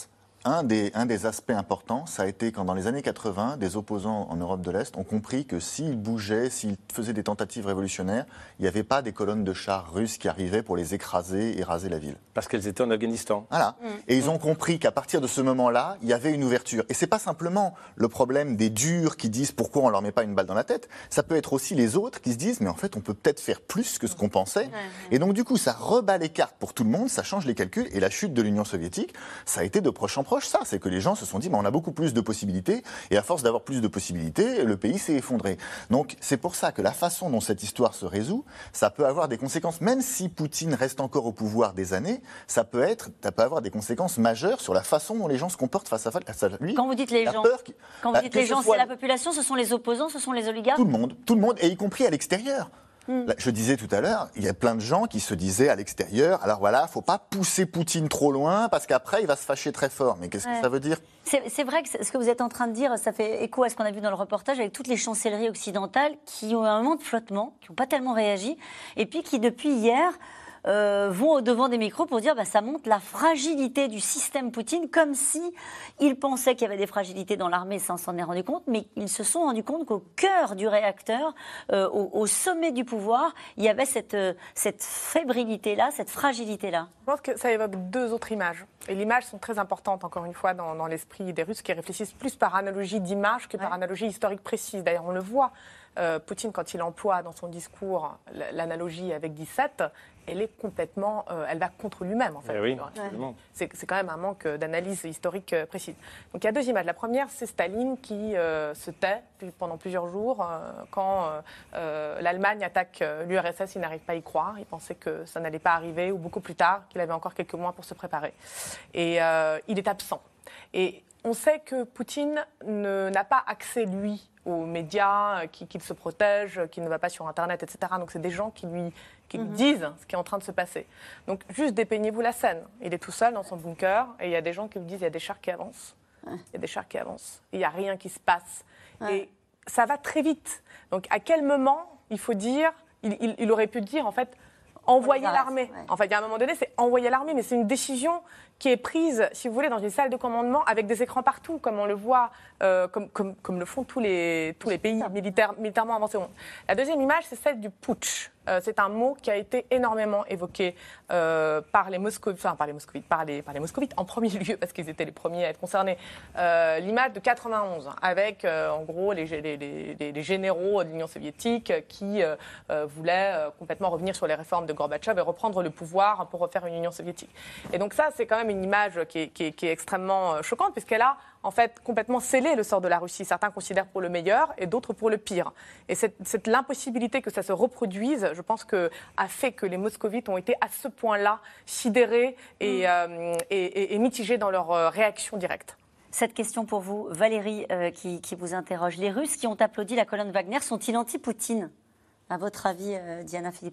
Un des, un des aspects importants, ça a été quand dans les années quatre-vingts, des opposants en Europe de l'Est ont compris que s'ils bougeaient, s'ils faisaient des tentatives révolutionnaires, il n'y avait pas des colonnes de chars russes qui arrivaient pour les écraser et raser la ville. Parce qu'elles étaient en Afghanistan. Voilà. Mmh. Et ils ont compris qu'à partir de ce moment-là, il y avait une ouverture. Et c'est pas simplement le problème des durs qui disent pourquoi on leur met pas une balle dans la tête. Ça peut être aussi les autres qui se disent mais en fait on peut peut-être faire plus que ce qu'on pensait. Mmh. Et donc du coup ça rebat les cartes pour tout le monde, ça change les calculs. Et la chute de l'Union soviétique, ça a été de proche en proche. Ça, c'est que les gens se sont dit, bah, on a beaucoup plus de possibilités, et à force d'avoir plus de possibilités, le pays s'est effondré. Donc, c'est pour ça que la façon dont cette histoire se résout, ça peut avoir des conséquences, même si Poutine reste encore au pouvoir des années, ça peut être, ça peut avoir des conséquences majeures sur la façon dont les gens se comportent face à, face à lui. Quand vous dites les gens, qui, quand vous bah, dites les gens, c'est la population, ce sont les opposants, ce sont les oligarques. Tout le monde, tout le monde, et y compris à l'extérieur. Là, je disais tout à l'heure, il y a plein de gens qui se disaient à l'extérieur, alors voilà, faut pas pousser Poutine trop loin parce qu'après il va se fâcher très fort. Mais qu'est-ce ouais. que ça veut dire ? C'est vrai que ce que vous êtes en train de dire, ça fait écho à ce qu'on a vu dans le reportage avec toutes les chancelleries occidentales qui ont un moment de flottement, qui n'ont pas tellement réagi, et puis qui depuis hier Euh, vont au devant des micros pour dire bah, ça montre la fragilité du système Poutine, comme si ils pensaient qu'il y avait des fragilités dans l'armée sans s'en est rendu compte, mais ils se sont rendus compte qu'au cœur du réacteur, euh, au, au sommet du pouvoir, il y avait cette, euh, cette fébrilité-là, cette fragilité-là. Je pense que ça évoque deux autres images. Et les images sont très importantes, encore une fois, dans, dans l'esprit des Russes qui réfléchissent plus par analogie d'image que ouais. par analogie historique précise. D'ailleurs, on le voit, euh, Poutine, quand il emploie dans son discours l'analogie avec dix-sept, elle est complètement, euh, elle va contre lui-même en fait. Eh oui, ouais. c'est, c'est quand même un manque d'analyse historique euh, précise. Donc il y a deux images. La première, c'est Staline qui euh, se tait pendant plusieurs jours euh, quand euh, l'Allemagne attaque euh, l'U R S S. Il n'arrive pas à y croire. Il pensait que ça n'allait pas arriver ou beaucoup plus tard, qu'il avait encore quelques mois pour se préparer. Et euh, il est absent. Et on sait que Poutine ne, n'a pas accès, lui, aux médias, qu'il, qu'il se protège, qu'il ne va pas sur Internet, et cetera. Donc c'est des gens qui lui, qui lui mmh. disent ce qui est en train de se passer. Donc juste dépeignez-vous la scène. Il est tout seul dans son bunker et il y a des gens qui lui disent il y a des chars qui avancent. Ouais. Il y a des chars qui avancent. Il n'y a rien qui se passe. Ouais. Et ça va très vite. Donc à quel moment il faut dire, il, il, il aurait pu dire en fait, envoyer l'armée. Ouais. En fait, il y a un moment donné, c'est envoyer l'armée, mais c'est une décision qui est prise, si vous voulez, dans une salle de commandement avec des écrans partout, comme on le voit, euh, comme, comme, comme le font tous les, tous les pays militaires, militairement avancés au monde. La deuxième image, c'est celle du putsch. Euh, c'est un mot qui a été énormément évoqué euh, par les moscovites, enfin par les moscovites, par les, par les moscovites en premier lieu, parce qu'ils étaient les premiers à être concernés. Euh, l'image de quatre-vingt-onze, avec euh, en gros les, les, les, les généraux de l'Union soviétique qui euh, euh, voulaient euh, complètement revenir sur les réformes de Gorbatchev et reprendre le pouvoir pour refaire une Union soviétique. Et donc ça, c'est quand même une image qui est, qui est, qui est extrêmement choquante, puisqu'elle a en fait complètement scellé le sort de la Russie. Certains considèrent pour le meilleur et d'autres pour le pire. Et cette, cette l'impossibilité que ça se reproduise, je pense que a fait que les moscovites ont été à ce point-là sidérés et, mmh. euh, et, et, et mitigés dans leur euh, réaction directe. Cette question pour vous, Valérie, euh, qui, qui vous interroge. Les Russes qui ont applaudi la colonne Wagner sont-ils anti-Poutine ? À votre avis, euh, Diana Filippova ?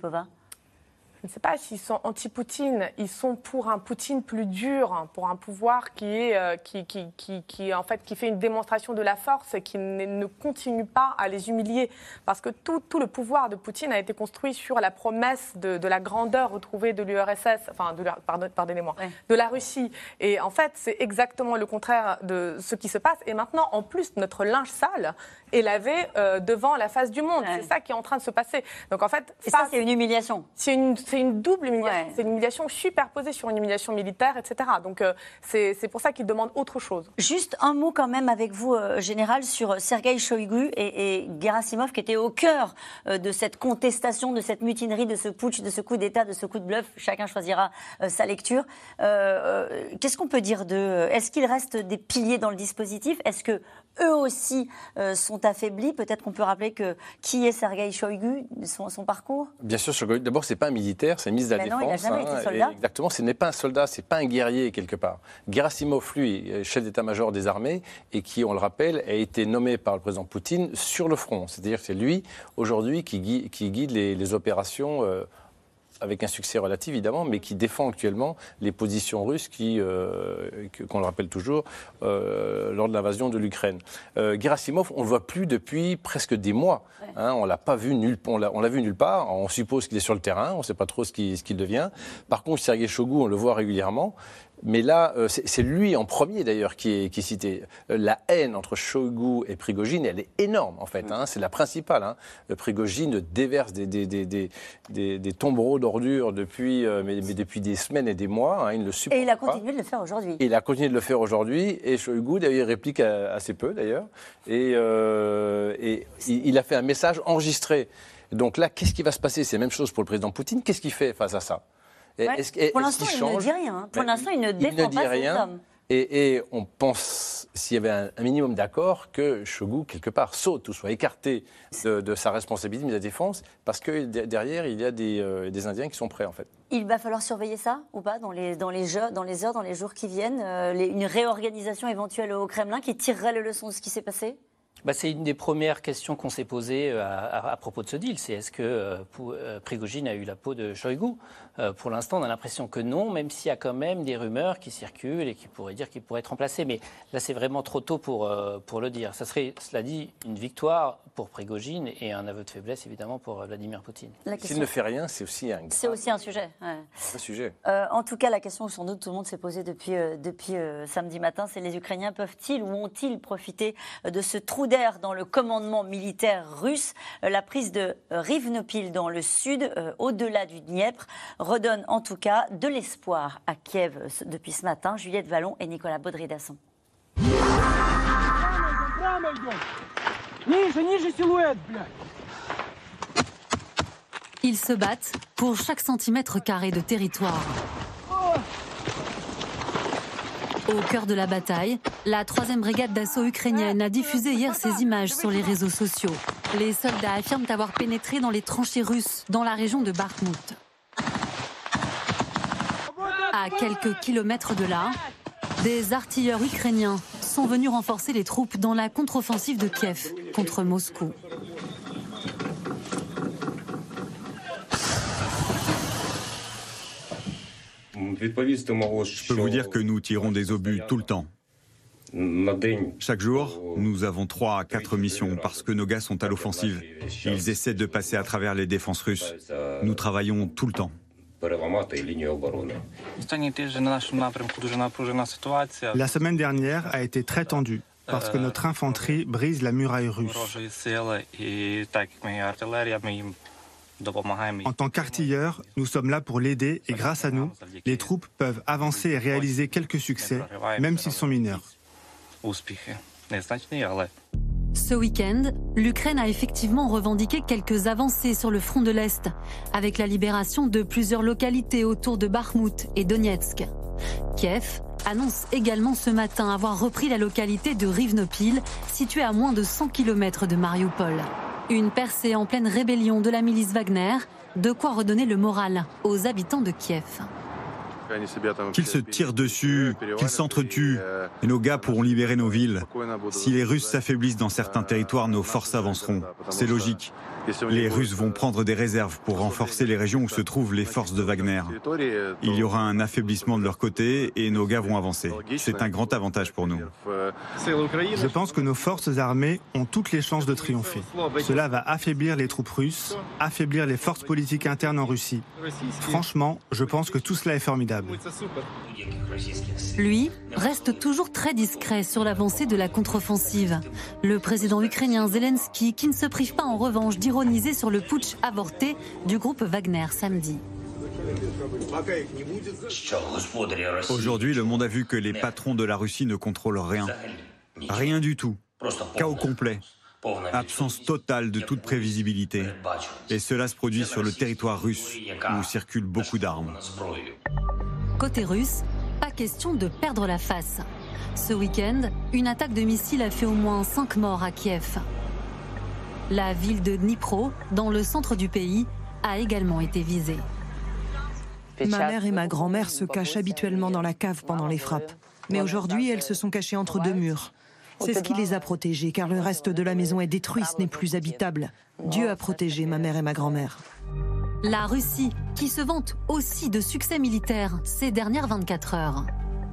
Je ne sais pas s'ils sont anti-Poutine, ils sont pour un Poutine plus dur, pour un pouvoir qui est euh, qui, qui, qui, qui en fait qui fait une démonstration de la force et qui ne, ne continue pas à les humilier, parce que tout, tout le pouvoir de Poutine a été construit sur la promesse de, de la grandeur retrouvée de l'U R S S, enfin de la, pardon, pardonnez-moi, ouais. de la Russie. Et en fait, c'est exactement le contraire de ce qui se passe. Et maintenant, en plus, notre linge sale est lavé euh, devant la face du monde. Ouais. C'est ça qui est en train de se passer. Donc en fait, et ça, c'est une humiliation. C'est une C'est une double humiliation. Ouais. C'est une humiliation superposée sur une humiliation militaire, et cetera. Donc, euh, c'est, c'est pour ça qu'ils demandent autre chose. Juste un mot quand même avec vous, euh, Général, sur Sergueï Shoigu et, et Gerasimov, qui étaient au cœur euh, de cette contestation, de cette mutinerie, de ce putsch, de ce coup d'État, de ce coup de bluff. Chacun choisira euh, sa lecture. Euh, euh, qu'est-ce qu'on peut dire d'eux ? Est-ce qu'il reste des piliers dans le dispositif ? Est-ce que eux aussi euh, sont affaiblis ? Peut-être qu'on peut rappeler que qui est Sergueï Shoigu, son, son parcours ? Bien sûr, Shoigu, d'abord, c'est pas un militaire, c'est un ministre de la ben non, Défense. Il n'a jamais hein, été soldat. Exactement, ce n'est pas un soldat, c'est pas un guerrier quelque part. Gerasimov, lui, chef d'état-major des armées, et qui, on le rappelle, a été nommé par le président Poutine sur le front. C'est-à-dire que c'est lui, aujourd'hui, qui guide, qui guide les, les opérations euh, avec un succès relatif évidemment, mais qui défend actuellement les positions russes qui, euh, qu'on le rappelle toujours, euh, lors de l'invasion de l'Ukraine. Euh, Gerasimov, on ne le voit plus depuis presque des mois. Hein, on l'a pas vu nulle, on l'a, on l'a vu nulle part. On suppose qu'il est sur le terrain, on ne sait pas trop ce qu'il, ce qu'il devient. Par contre, Sergei Shoigu, on le voit régulièrement. Mais là, euh, c'est, c'est lui en premier d'ailleurs qui est, qui est cité. Euh, la haine entre Shoigu et Prigojine, elle est énorme en fait. Hein, c'est la principale. Hein. Prigojine déverse des, des, des, des, des, des tombereaux d'ordures depuis, euh, mais, mais depuis des semaines et des mois. Hein, il ne le supporte Et il a continué pas. de le faire aujourd'hui. Et il a continué de le faire aujourd'hui. Et Shoigu, d'ailleurs, il réplique assez peu d'ailleurs. Et, euh, et il, il a fait un message enregistré. Donc là, qu'est-ce qui va se passer? C'est la même chose pour le président Poutine. Qu'est-ce qu'il fait face à ça? Ouais. Est-ce, est, pour l'instant, il ne dit rien. Pour l'instant, il ne défend pas ses hommes. Et, et on pense, s'il y avait un, un minimum d'accord, que Shoigu, quelque part, saute ou soit écarté de, de sa responsabilité de la défense, parce que derrière, il y a des, euh, des Indiens qui sont prêts, en fait. Il va falloir surveiller ça, ou pas, dans les, dans les, jeux, dans les heures, dans les jours qui viennent, euh, les, une réorganisation éventuelle au Kremlin qui tirerait les leçons de ce qui s'est passé? Bah, c'est une des premières questions qu'on s'est posées à, à, à propos de ce deal. C'est est-ce que euh, pour, euh, Prigojine a eu la peau de Shoigu? euh, Pour l'instant, on a l'impression que non, même s'il y a quand même des rumeurs qui circulent et qui pourraient dire qu'il pourrait être remplacé. Mais là, c'est vraiment trop tôt pour, euh, pour le dire. Ça serait, cela dit, une victoire pour Prigojine et un aveu de faiblesse, évidemment, pour Vladimir Poutine. S'il ne fait rien, c'est aussi un, c'est aussi un sujet. Ouais. Un sujet. Euh, en tout cas, la question que sans doute tout le monde s'est posée depuis, euh, depuis euh, samedi matin, c'est les Ukrainiens peuvent-ils ou ont-ils profité de ce trou d'air dans le commandement militaire russe? La prise de Rivnopil dans le sud, euh, au-delà du Dniepr, redonne en tout cas de l'espoir à Kiev depuis ce matin. Juliette Vallon et Nicolas Baudry-Dasson. Ils se battent pour chaque centimètre carré de territoire. Au cœur de la bataille, la troisième brigade d'assaut ukrainienne a diffusé hier ces images sur les réseaux sociaux. Les soldats affirment avoir pénétré dans les tranchées russes dans la région de Bakhmout. À quelques kilomètres de là, des artilleurs ukrainiens sont venus renforcer les troupes dans la contre-offensive de Kiev contre Moscou. Je peux vous dire que nous tirons des obus tout le temps. Chaque jour, nous avons trois à quatre missions parce que nos gars sont à l'offensive. Ils essaient de passer à travers les défenses russes. Nous travaillons tout le temps. La semaine dernière a été très tendue parce que notre infanterie brise la muraille russe. En tant qu'artilleurs, nous sommes là pour l'aider et grâce à nous, les troupes peuvent avancer et réaliser quelques succès, même s'ils sont mineurs. Ce week-end, l'Ukraine a effectivement revendiqué quelques avancées sur le front de l'Est, avec la libération de plusieurs localités autour de Bakhmout et Donetsk. Kiev annonce également ce matin avoir repris la localité de Rivnopil, située à moins de cent kilomètres de Mariupol. Une percée en pleine rébellion de la milice Wagner, de quoi redonner le moral aux habitants de Kiev. Qu'ils se tirent dessus, qu'ils s'entretuent, et nos gars pourront libérer nos villes. Si les Russes s'affaiblissent dans certains territoires, nos forces avanceront. C'est logique. Les Russes vont prendre des réserves pour renforcer les régions où se trouvent les forces de Wagner. Il y aura un affaiblissement de leur côté et nos gars vont avancer. C'est un grand avantage pour nous. Je pense que nos forces armées ont toutes les chances de triompher. Cela va affaiblir les troupes russes, affaiblir les forces politiques internes en Russie. Franchement, je pense que tout cela est formidable. Lui reste toujours très discret sur l'avancée de la contre-offensive. Le président ukrainien Zelensky, qui ne se prive pas en revanche d'ironiser sur le putsch avorté du groupe Wagner samedi. Aujourd'hui, le monde a vu que les patrons de la Russie ne contrôlent rien. Rien du tout. Chaos complet. Absence totale de toute prévisibilité. Et cela se produit sur le territoire russe, où circulent beaucoup d'armes. Côté russe, pas question de perdre la face. Ce week-end, une attaque de missiles a fait au moins cinq morts à Kiev. La ville de Dnipro, dans le centre du pays, a également été visée. Ma mère et ma grand-mère se cachent habituellement dans la cave pendant les frappes. Mais aujourd'hui, elles se sont cachées entre deux murs. C'est ce qui les a protégées, car le reste de la maison est détruit, ce n'est plus habitable. Dieu a protégé ma mère et ma grand-mère. La Russie, qui se vante aussi de succès militaires ces dernières vingt-quatre heures.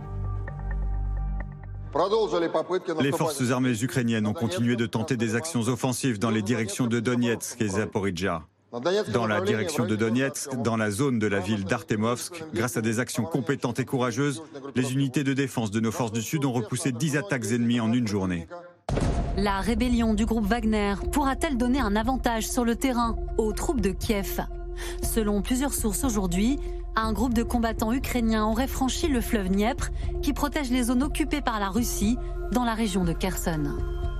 Les forces armées ukrainiennes ont continué de tenter des actions offensives dans les directions de Donetsk et Zaporijjia. Dans la direction de Donetsk, dans la zone de la ville d'Artemovsk, grâce à des actions compétentes et courageuses, les unités de défense de nos forces du Sud ont repoussé dix attaques ennemies en une journée. La rébellion du groupe Wagner pourra-t-elle donner un avantage sur le terrain aux troupes de Kiev? Selon plusieurs sources aujourd'hui, un groupe de combattants ukrainiens aurait franchi le fleuve Dniepr qui protège les zones occupées par la Russie dans la région de Kherson.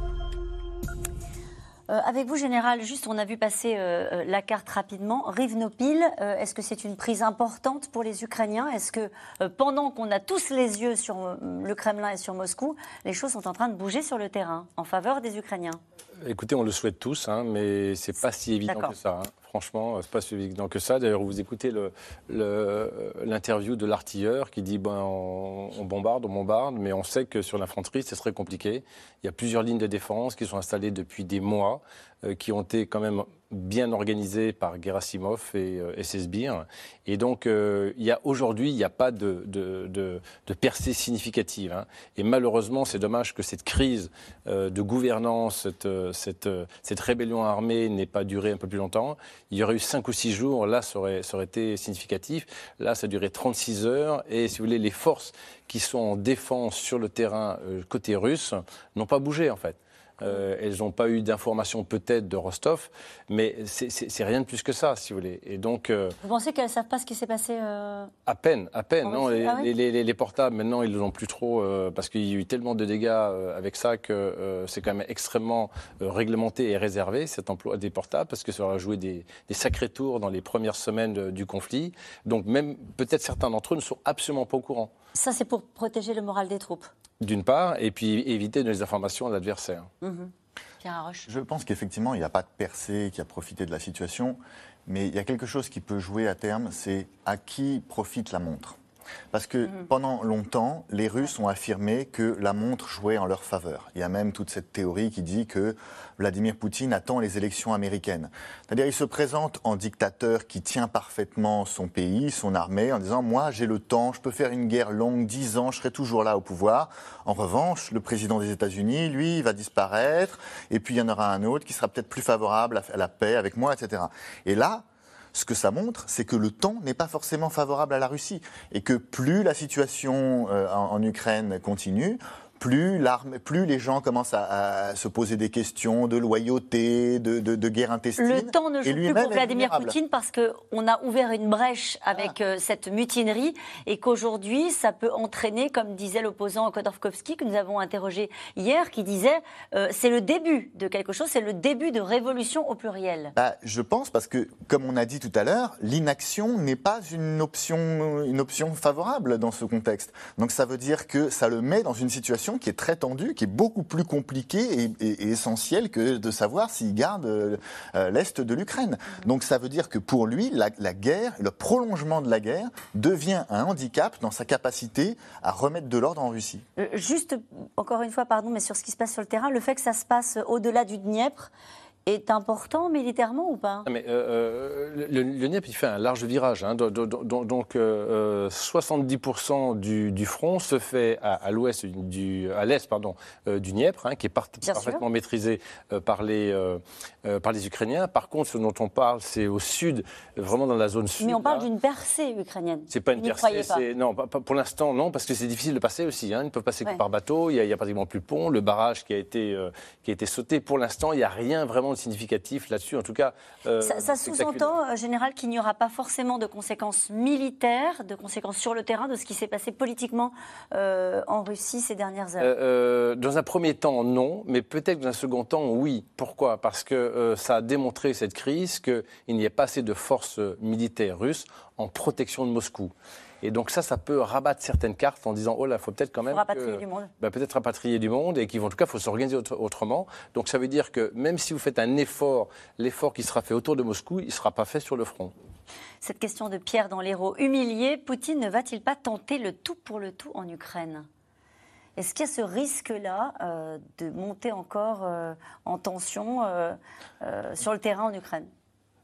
Euh, avec vous, Général, juste on a vu passer euh, la carte rapidement. Rivnopil, euh, est-ce que c'est une prise importante pour les Ukrainiens? Est-ce que euh, pendant qu'on a tous les yeux sur euh, le Kremlin et sur Moscou, les choses sont en train de bouger sur le terrain en faveur des Ukrainiens? Écoutez, on le souhaite tous, hein, mais c'est pas si évident que ça. Hein. Franchement, c'est pas si évident que ça. D'ailleurs, vous écoutez le, le, l'interview de l'artilleur qui dit ben, on, on bombarde, on bombarde, mais on sait que sur l'infanterie, ce serait compliqué. Il y a plusieurs lignes de défense qui sont installées depuis des mois, euh, qui ont été quand même bien organisées par Gerasimov et, euh, et ses sbires. Et donc, euh, il y a, aujourd'hui, il n'y a pas de, de, de, de percée significative. Hein. Et malheureusement, c'est dommage que cette crise euh, de gouvernance, cette, cette, cette rébellion armée n'ait pas duré un peu plus longtemps. Il y aurait eu cinq ou six jours, là, ça aurait, ça aurait été significatif. Là, ça a duré trente-six heures. Et si vous voulez, les forces qui sont en défense sur le terrain euh, côté russe n'ont pas bougé, en fait. Euh, elles n'ont pas eu d'informations peut-être de Rostov, mais c'est, c'est, c'est rien de plus que ça, si vous voulez. Et donc, euh, vous pensez qu'elles ne savent pas ce qui s'est passé euh... À peine, à peine. Non, les, ah oui les, les, les portables, maintenant, ils ne l'ont plus trop, euh, parce qu'il y a eu tellement de dégâts euh, avec ça que euh, c'est quand même extrêmement euh, réglementé et réservé, cet emploi des portables, parce que ça aura joué des, des sacrés tours dans les premières semaines de, du conflit. Donc même, peut-être certains d'entre eux ne sont absolument pas au courant. Ça, c'est pour protéger le moral des troupes. D'une part, et puis éviter de donner des informations à l'adversaire. Mmh. Pierre Haroche. Je pense qu'effectivement, il n'y a pas de percée qui a profité de la situation, mais il y a quelque chose qui peut jouer à terme, c'est à qui profite la montre. Parce que mmh. pendant longtemps, les Russes ont affirmé que la montre jouait en leur faveur. Il y a même toute cette théorie qui dit que Vladimir Poutine attend les élections américaines. C'est-à-dire il se présente en dictateur qui tient parfaitement son pays, son armée, en disant « moi j'ai le temps, je peux faire une guerre longue, dix ans, je serai toujours là au pouvoir ». En revanche, le président des États-Unis, lui, va disparaître, et puis il y en aura un autre qui sera peut-être plus favorable à la paix avec moi, et cetera. Et là, ce que ça montre, c'est que le temps n'est pas forcément favorable à la Russie et que plus la situation euh, en, en Ukraine continue, plus, l'arme, plus les gens commencent à, à se poser des questions de loyauté, de, de, de guerre intestine. Le temps ne joue plus pour Vladimir Poutine parce qu'on a ouvert une brèche avec ah. euh, cette mutinerie et qu'aujourd'hui, ça peut entraîner, comme disait l'opposant Khodorkovsky, que nous avons interrogé hier, qui disait euh, c'est le début de quelque chose, c'est le début de révolution au pluriel. Bah, je pense parce que, comme on a dit tout à l'heure, l'inaction n'est pas une option, une option favorable dans ce contexte. Donc ça veut dire que ça le met dans une situation qui est très tendue, qui est beaucoup plus compliquée et, et, et essentielle que de savoir s'il garde euh, l'est de l'Ukraine. Donc ça veut dire que pour lui, la, la guerre, le prolongement de la guerre devient un handicap dans sa capacité à remettre de l'ordre en Russie. Euh, juste, encore une fois, pardon, mais sur ce qui se passe sur le terrain, le fait que ça se passe au-delà du Dniepr est important militairement ou pas? mais, euh, le, le Dniepr, il fait un large virage. Hein, donc, donc euh, soixante-dix pour cent du, du front se fait à, à l'ouest, du, à l'est pardon, euh, du Dniepr, hein, qui est par, parfaitement sûr. maîtrisé euh, par, les, euh, euh, par les Ukrainiens. Par contre, ce dont on parle, c'est au sud, vraiment dans la zone sud. Mais on parle d'une percée ukrainienne. C'est pas une percée. C'est, non, pas, pas, pour l'instant, non, parce que c'est difficile de passer aussi. Hein, ils ne peuvent passer ouais. que par bateau. Il n'y a, a pratiquement plus de pont. Le barrage qui a été, euh, qui a été sauté. Pour l'instant, il n'y a rien vraiment de significatif là-dessus, en tout cas. Euh, ça, ça sous-entend, euh, Général, qu'il n'y aura pas forcément de conséquences militaires, de conséquences sur le terrain de ce qui s'est passé politiquement euh, en Russie ces dernières heures. Euh, dans un premier temps, non, mais peut-être dans un second temps, oui. Pourquoi ? Parce que euh, ça a démontré, cette crise, qu'il n'y a pas assez de forces militaires russes en protection de Moscou. Et donc ça, ça peut rabattre certaines cartes en disant « Oh là, il faut peut-être quand même… » rapatrier du monde. Ben, peut-être rapatrier du monde et qu'en tout cas, il faut s'organiser autrement. Donc ça veut dire que même si vous faites un effort, l'effort qui sera fait autour de Moscou, il ne sera pas fait sur le front. Cette question de Pierre dans l'Hérault. Humilié, Poutine ne va-t-il pas tenter le tout pour le tout en Ukraine ? Est-ce qu'il y a ce risque-là euh, de monter encore euh, en tension euh, euh, sur le terrain en Ukraine ?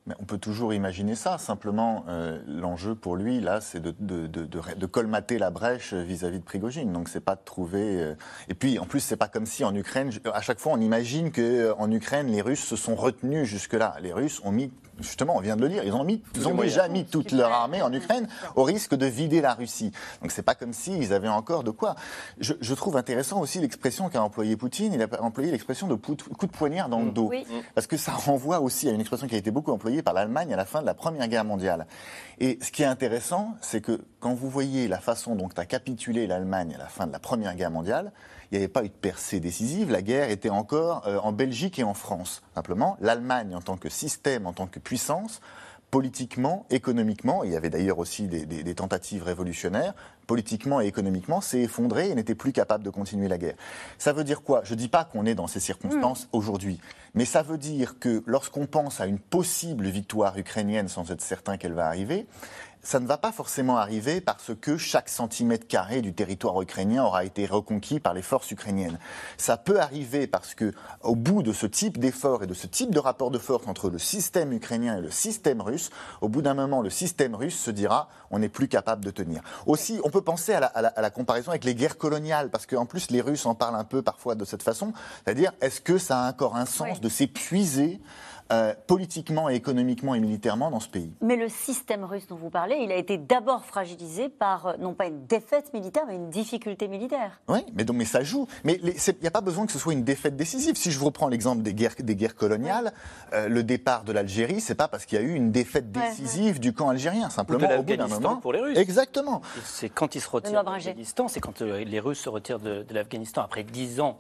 Mais on peut toujours imaginer ça. Simplement, euh, l'enjeu pour lui, là, c'est de, de, de, de, de colmater la brèche vis-à-vis de Prigojine. Donc, c'est pas de trouver... Euh... Et puis, en plus, c'est pas comme si en Ukraine... À chaque fois, on imagine qu'en Ukraine, les Russes se sont retenus jusque-là. Les Russes ont mis... Justement, on vient de le dire, ils ont, mis, ils ont déjà mis toute leur armée en Ukraine au risque de vider la Russie. Donc c'est pas comme s'ils avaient encore de quoi. Je, je trouve intéressant aussi l'expression qu'a employée Poutine. Il a employé l'expression de coup de poignard dans le dos. Oui. Parce que ça renvoie aussi à une expression qui a été beaucoup employée par l'Allemagne à la fin de la Première Guerre mondiale. Et ce qui est intéressant, c'est que quand vous voyez la façon dont a capitulé l'Allemagne à la fin de la Première Guerre mondiale, il n'y avait pas eu de percée décisive, la guerre était encore euh, en Belgique et en France. Simplement, l'Allemagne en tant que système, en tant que puissance, politiquement, économiquement, il y avait d'ailleurs aussi des, des, des tentatives révolutionnaires, politiquement et économiquement, s'est effondrée et n'était plus capable de continuer la guerre. Ça veut dire quoi? Je ne dis pas qu'on est dans ces circonstances mmh. aujourd'hui, mais ça veut dire que lorsqu'on pense à une possible victoire ukrainienne, sans être certain qu'elle va arriver, ça ne va pas forcément arriver parce que chaque centimètre carré du territoire ukrainien aura été reconquis par les forces ukrainiennes. Ça peut arriver parce que, au bout de ce type d'effort et de ce type de rapport de force entre le système ukrainien et le système russe, au bout d'un moment, le système russe se dira on n'est plus capable de tenir. Aussi, on peut penser à la, à la, à la comparaison avec les guerres coloniales, parce qu'en plus, les Russes en parlent un peu parfois de cette façon, c'est-à-dire est-ce que ça a encore un sens oui. de s'épuiser Euh, politiquement et économiquement et militairement dans ce pays. Mais le système russe dont vous parlez, il a été d'abord fragilisé par, non pas une défaite militaire, mais une difficulté militaire. Oui, mais, donc, mais ça joue. Mais il n'y a pas besoin que ce soit une défaite décisive. Si je vous reprends l'exemple des guerres, des guerres coloniales, ouais. euh, le départ de l'Algérie, c'est pas parce qu'il y a eu une défaite décisive ouais, ouais. du camp algérien. Simplement, de au bout d'un moment... pour les Russes. Exactement. C'est quand ils se retirent de l'Afghanistan, c'est quand euh, les Russes se retirent de, de l'Afghanistan après dix ans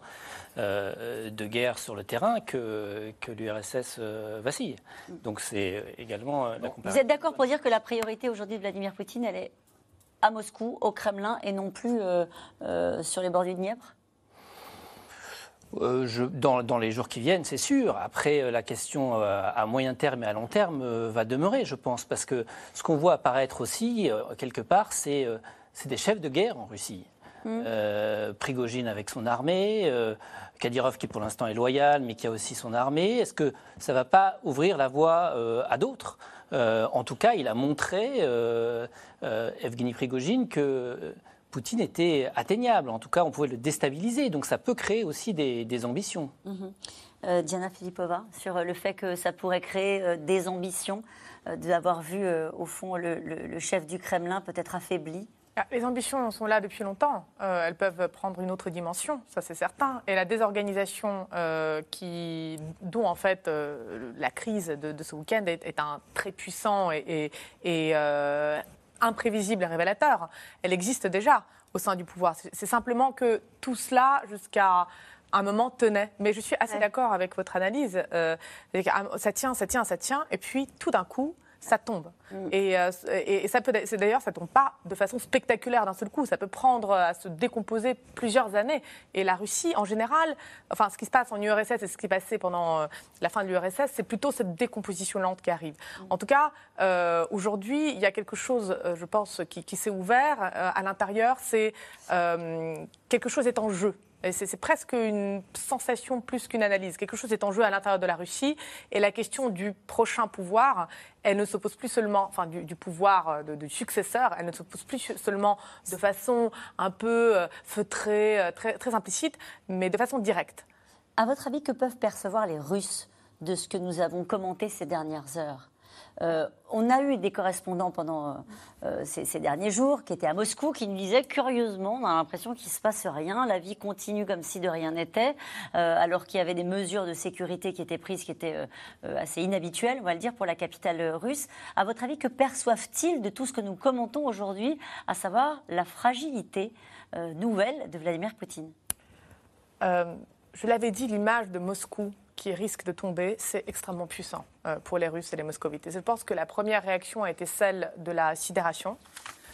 Euh, de guerre sur le terrain que, que l'U R S S euh, vacille. Donc c'est également euh, la comparaison. Vous êtes d'accord pour dire que la priorité aujourd'hui de Vladimir Poutine, elle est à Moscou, au Kremlin, et non plus euh, euh, sur les bords du Dniepr ? Euh, je, dans, dans les jours qui viennent, c'est sûr. Après, euh, la question euh, à moyen terme et à long terme euh, va demeurer, je pense, parce que ce qu'on voit apparaître aussi, euh, quelque part, c'est, euh, c'est des chefs de guerre en Russie. Mmh. Euh, Prigojine avec son armée, euh, Kadyrov qui pour l'instant est loyal mais qui a aussi son armée. Est-ce que ça ne va pas ouvrir la voie euh, à d'autres ? euh, En tout cas, il a montré, euh, euh, Evgeny Prigojine, que Poutine était atteignable. En tout cas, on pouvait le déstabiliser. Donc ça peut créer aussi des, des ambitions. Mmh. Euh, Diana Filipova, sur le fait que ça pourrait créer euh, des ambitions, euh, d'avoir vu euh, au fond le, le, le chef du Kremlin peut-être affaibli. Les ambitions sont là depuis longtemps. Euh, elles peuvent prendre une autre dimension, ça c'est certain. Et la désorganisation euh, qui, dont en fait euh, la crise de, de ce week-end est, est un très puissant et, et, et euh, imprévisible et révélateur, elle existe déjà au sein du pouvoir. C'est simplement que tout cela, jusqu'à un moment, tenait. Mais je suis assez ouais. d'accord avec votre analyse. Euh, ça tient, ça tient, ça tient. Et puis tout d'un coup, ça tombe. Mm. Et, euh, et, et ça peut, c'est d'ailleurs, ça tombe pas de façon spectaculaire d'un seul coup. Ça peut prendre à se décomposer plusieurs années. Et la Russie, en général, enfin, ce qui se passe en U R S S et ce qui est passé pendant euh, la fin de l'U R S S, c'est plutôt cette décomposition lente qui arrive. Mm. En tout cas, euh, aujourd'hui, il y a quelque chose, euh, je pense, qui, qui s'est ouvert euh, à l'intérieur. C'est euh, quelque chose est en jeu. C'est, c'est presque une sensation plus qu'une analyse. Quelque chose est en jeu à l'intérieur de la Russie. Et la question du prochain pouvoir, elle ne se pose plus seulement, enfin du, du pouvoir de, du successeur, elle ne se pose plus seulement de façon un peu feutrée, très, très implicite, mais de façon directe. À votre avis, que peuvent percevoir les Russes de ce que nous avons commenté ces dernières heures ? Euh, on a eu des correspondants pendant euh, ces, ces derniers jours qui étaient à Moscou, qui nous disaient curieusement, on a l'impression qu'il ne se passe rien, la vie continue comme si de rien n'était, euh, alors qu'il y avait des mesures de sécurité qui étaient prises, qui étaient euh, assez inhabituelles, on va le dire, pour la capitale russe. À votre avis, que perçoivent-ils de tout ce que nous commentons aujourd'hui, à savoir la fragilité euh, nouvelle de Vladimir Poutine ? euh, Je l'avais dit, l'image de Moscou qui risque de tomber, c'est extrêmement puissant euh, pour les Russes et les Moscovites. Et je pense que la première réaction a été celle de la sidération,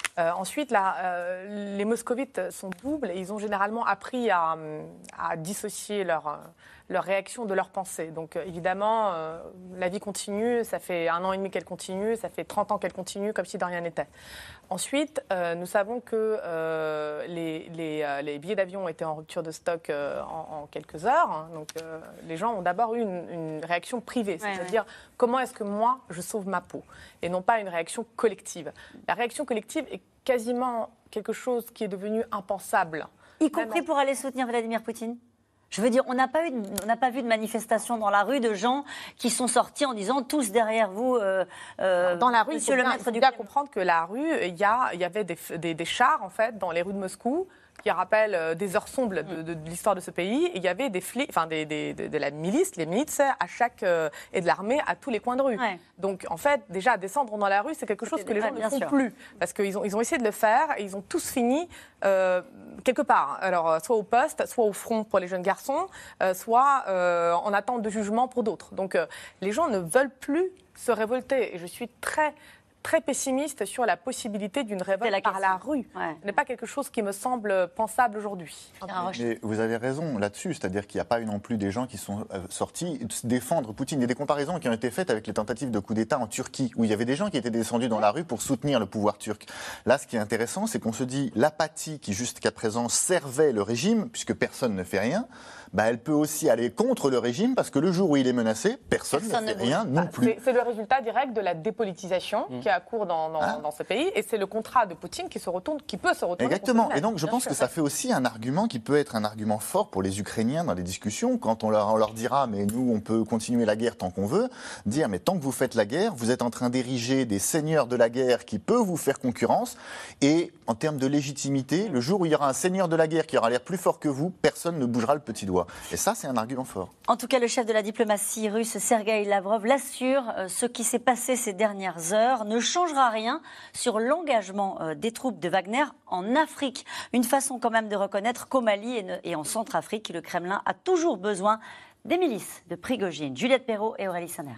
Euh, ensuite, là, euh, les moscovites sont doubles et ils ont généralement appris à, à dissocier leur, leur réaction de leur pensée. Donc euh, évidemment, euh, la vie continue, ça fait un an et demi qu'elle continue, ça fait trente ans qu'elle continue, comme si de rien n'était. Ensuite, euh, nous savons que euh, les, les, euh, les billets d'avion étaient en rupture de stock euh, en, en quelques heures. Hein, donc euh, les gens ont d'abord eu une, une réaction privée, ouais, c'est-à-dire ouais. comment est-ce que moi, je sauve ma peau, et non pas une réaction collective. La réaction collective est quasiment quelque chose qui est devenu impensable. Y compris pour aller soutenir Vladimir Poutine ? Je veux dire, on n'a pas eu, on n'a pas vu de manifestation dans la rue de gens qui sont sortis en disant tous derrière vous. Euh, euh, dans la rue, Monsieur il faut le bien, maître il faut du bien comprendre que la rue, il y a, il y avait des, des, des chars en fait dans les rues de Moscou qui rappellent euh, des heures sombres de, de, de l'histoire de ce pays. Et il y avait des flics, enfin des, des, de, de la milice, les milices à chaque euh, et de l'armée à tous les coins de rue. Ouais. Donc en fait, déjà descendre dans la rue, c'est quelque chose que les gens ouais, ne font sûr. plus parce qu'ils ont ils ont essayé de le faire et ils ont tous fini euh, quelque part. Alors soit au poste, soit au front pour les jeunes garçons, euh, soit euh, en attente de jugement pour d'autres. Donc euh, les gens ne veulent plus se révolter et je suis très très pessimiste sur la possibilité d'une révolte la par la rue. Ouais. Ce n'est pas quelque chose qui me semble pensable aujourd'hui. Mais vous avez raison là-dessus, c'est-à-dire qu'il n'y a pas eu non plus des gens qui sont sortis défendre Poutine. Il y a des comparaisons qui ont été faites avec les tentatives de coup d'État en Turquie, où il y avait des gens qui étaient descendus dans la rue pour soutenir le pouvoir turc. Là, ce qui est intéressant, c'est qu'on se dit l'apathie qui jusqu'à présent servait le régime, puisque personne ne fait rien, bah, elle peut aussi aller contre le régime parce que le jour où il est menacé, personne, personne ne fait ne rien non plus. C'est, c'est le résultat direct de la dépolitisation mmh. qui est à court dans, dans, hein? dans ce pays et c'est le contrat de Poutine qui, se retourne, qui peut se retourner. Exactement. Et donc je pense sûr. que ça fait aussi un argument qui peut être un argument fort pour les Ukrainiens dans les discussions quand on leur, on leur dira mais nous on peut continuer la guerre tant qu'on veut, dire mais tant que vous faites la guerre, vous êtes en train d'ériger des seigneurs de la guerre qui peuvent vous faire concurrence et en termes de légitimité, le jour où il y aura un seigneur de la guerre qui aura l'air plus fort que vous, personne ne bougera le petit doigt. Et ça, c'est un argument fort. En tout cas, le chef de la diplomatie russe, Sergueï Lavrov, l'assure, euh, ce qui s'est passé ces dernières heures ne changera rien sur l'engagement euh, des troupes de Wagner en Afrique. Une façon quand même de reconnaître qu'au Mali et, et en Centrafrique, le Kremlin a toujours besoin des milices de Prigojine. Juliette Perrault et Aurélie Saner.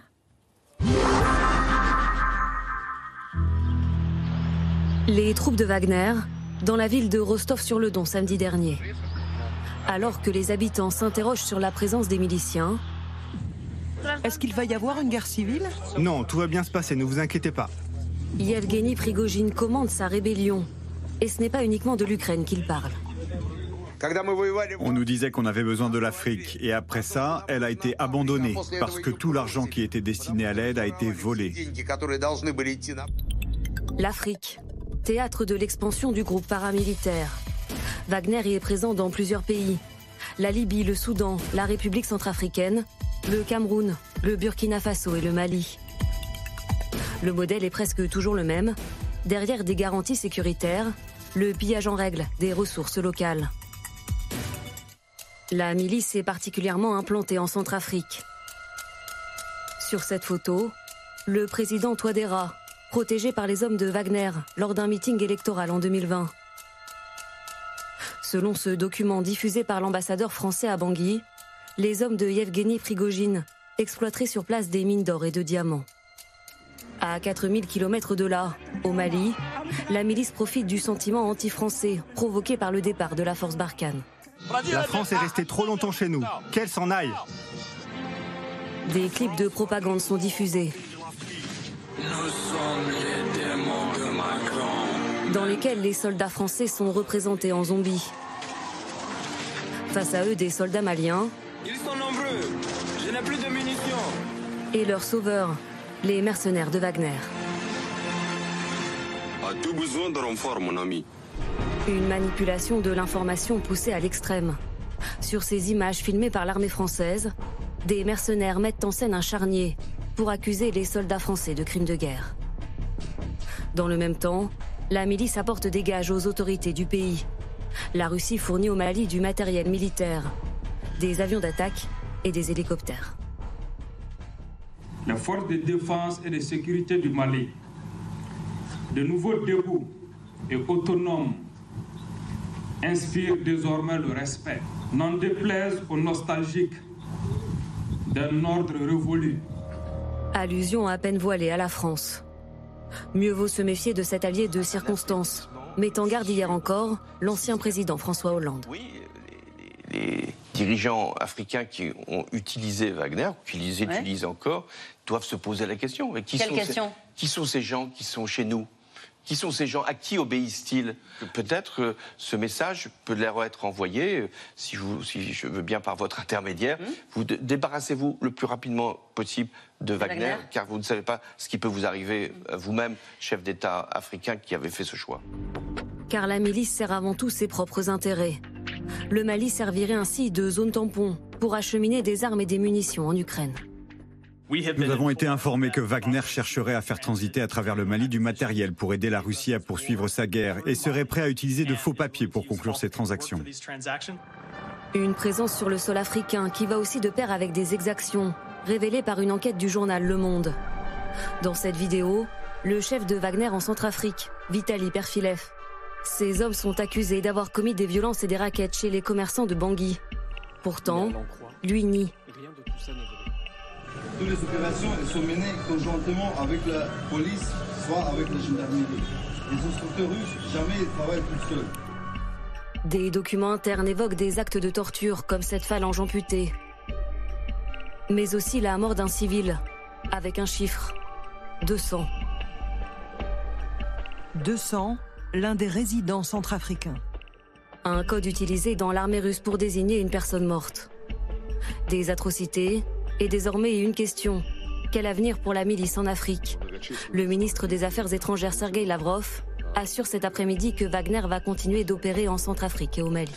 Les troupes de Wagner dans la ville de Rostov-sur-le-Don samedi dernier. Alors que les habitants s'interrogent sur la présence des miliciens. Est-ce qu'il va y avoir une guerre civile ? Non, tout va bien se passer, ne vous inquiétez pas. Yevgeny Prigojine commande sa rébellion. Et ce n'est pas uniquement de l'Ukraine qu'il parle. On nous disait qu'on avait besoin de l'Afrique. Et après ça, elle a été abandonnée. Parce que tout l'argent qui était destiné à l'aide a été volé. L'Afrique, théâtre de l'expansion du groupe paramilitaire. Wagner y est présent dans plusieurs pays. La Libye, le Soudan, la République centrafricaine, le Cameroun, le Burkina Faso et le Mali. Le modèle est presque toujours le même. Derrière des garanties sécuritaires, le pillage en règle des ressources locales. La milice est particulièrement implantée en Centrafrique. Sur cette photo, le président Touadéra, protégé par les hommes de Wagner lors d'un meeting électoral en deux mille vingt. Selon ce document diffusé par l'ambassadeur français à Bangui, les hommes de Yevgeny Prigojine exploiteraient sur place des mines d'or et de diamants. À quatre mille kilomètres de là, au Mali, la milice profite du sentiment anti-français provoqué par le départ de la force Barkhane. La France est restée trop longtemps chez nous. Qu'elle s'en aille. Des clips de propagande sont diffusés. Nous sommes les démons de Macron. Dans lesquels les soldats français sont représentés en zombies. Face à eux, des soldats maliens. Ils sont nombreux. Je n'ai plus de munitions. Et leurs sauveurs, les mercenaires de Wagner. As-tu besoin de renfort, mon ami? Une manipulation de l'information poussée à l'extrême. Sur ces images filmées par l'armée française, des mercenaires mettent en scène un charnier pour accuser les soldats français de crimes de guerre. Dans le même temps, la milice apporte des gages aux autorités du pays. La Russie fournit au Mali du matériel militaire, des avions d'attaque et des hélicoptères. La force de défense et de sécurité du Mali, de nouveau debout et autonome, inspire désormais le respect, n'en déplaise aux nostalgiques d'un ordre révolu. Allusion à peine voilée à la France. Mieux vaut se méfier de cet allié de circonstance, met en garde hier encore l'ancien président François Hollande. Oui, les, les dirigeants africains qui ont utilisé Wagner, qui les utilisent ouais. encore, doivent se poser la question. Et qui Quelle sont question ces, Qui sont ces gens qui sont chez nous ? Qui sont ces gens? À qui obéissent-ils? Peut-être euh, ce message peut leur être envoyé, euh, si, vous, si je veux bien par votre intermédiaire. Mmh. Vous de, débarrassez-vous le plus rapidement possible de Wagner, Wagner, car vous ne savez pas ce qui peut vous arriver euh, vous-même, chef d'État africain qui avez fait ce choix. Car la milice sert avant tout ses propres intérêts. Le Mali servirait ainsi de zone tampon pour acheminer des armes et des munitions en Ukraine. Nous avons été informés que Wagner chercherait à faire transiter à travers le Mali du matériel pour aider la Russie à poursuivre sa guerre et serait prêt à utiliser de faux papiers pour conclure ces transactions. Une présence sur le sol africain qui va aussi de pair avec des exactions, révélées par une enquête du journal Le Monde. Dans cette vidéo, le chef de Wagner en Centrafrique, Vitali Perfilev. Ces hommes sont accusés d'avoir commis des violences et des rackets chez les commerçants de Bangui. Pourtant, lui nie. Toutes les opérations elles sont menées conjointement avec la police, soit avec la gendarmerie. Les instructeurs russes, jamais ils travaillent tout seuls. Des documents internes évoquent des actes de torture, comme cette phalange amputée. Mais aussi la mort d'un civil, avec un chiffre, deux cents. deux cents, l'un des résidents centrafricains. Un code utilisé dans l'armée russe pour désigner une personne morte. Des atrocités... Et désormais une question. Quel avenir pour la milice en Afrique? Le ministre des Affaires étrangères Sergueï Lavrov assure cet après-midi que Wagner va continuer d'opérer en Centrafrique et au Mali.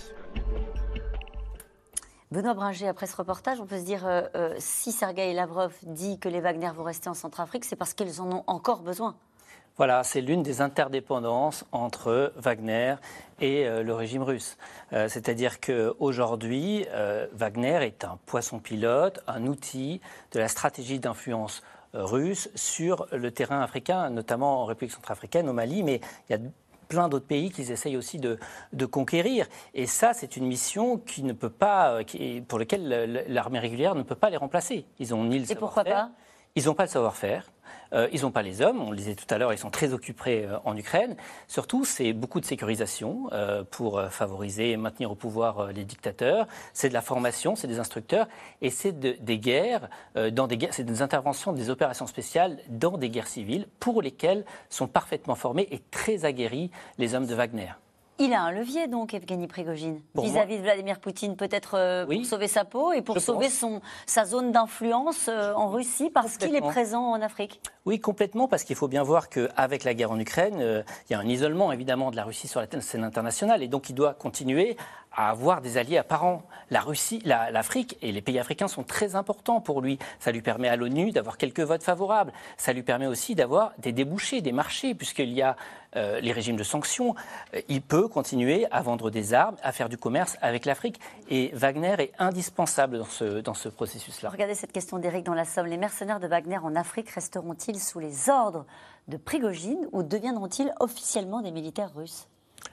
Benoît Bringer, après ce reportage, on peut se dire euh, euh, si Sergueï Lavrov dit que les Wagner vont rester en Centrafrique, c'est parce qu'ils en ont encore besoin. Voilà, c'est l'une des interdépendances entre Wagner et euh, le régime russe. Euh, c'est-à-dire qu'aujourd'hui, euh, Wagner est un poisson pilote, un outil de la stratégie d'influence euh, russe sur le terrain africain, notamment en République centrafricaine, au Mali, mais il y a plein d'autres pays qu'ils essayent aussi de, de conquérir. Et ça, c'est une mission qui ne peut pas, qui, pour laquelle l'armée régulière ne peut pas les remplacer. Ils ont ni le Et pourquoi pas ? Ils n'ont pas le savoir-faire. Euh, ils n'ont pas les hommes, on le disait tout à l'heure, ils sont très occupés euh, en Ukraine. Surtout, c'est beaucoup de sécurisation euh, pour euh, favoriser et maintenir au pouvoir euh, les dictateurs. C'est de la formation, c'est des instructeurs, et c'est de, des guerres, euh, dans des guerres, c'est des interventions, des opérations spéciales dans des guerres civiles pour lesquelles sont parfaitement formés et très aguerris les hommes de Wagner. Il a un levier, donc, Evgeny Prigojine, bon, vis-à-vis moi, de Vladimir Poutine, peut-être euh, oui, pour sauver sa peau et pour sauver son, sa zone d'influence euh, en Russie, parce qu'il est présent en Afrique. Oui, complètement, parce qu'il faut bien voir qu'avec la guerre en Ukraine, euh, il y a un isolement, évidemment, de la Russie sur la scène internationale, et donc il doit continuer à avoir des alliés apparents. La Russie, la, l'Afrique et les pays africains sont très importants pour lui. Ça lui permet à l'ONU d'avoir quelques votes favorables. Ça lui permet aussi d'avoir des débouchés, des marchés, puisqu'il y a euh, les régimes de sanctions. Euh, il peut continuer à vendre des armes, à faire du commerce avec l'Afrique. Et Wagner est indispensable dans ce, dans ce processus-là. Regardez cette question d'Éric dans la Somme. Les mercenaires de Wagner en Afrique resteront-ils sous les ordres de Prigojine ou deviendront-ils officiellement des militaires russes ?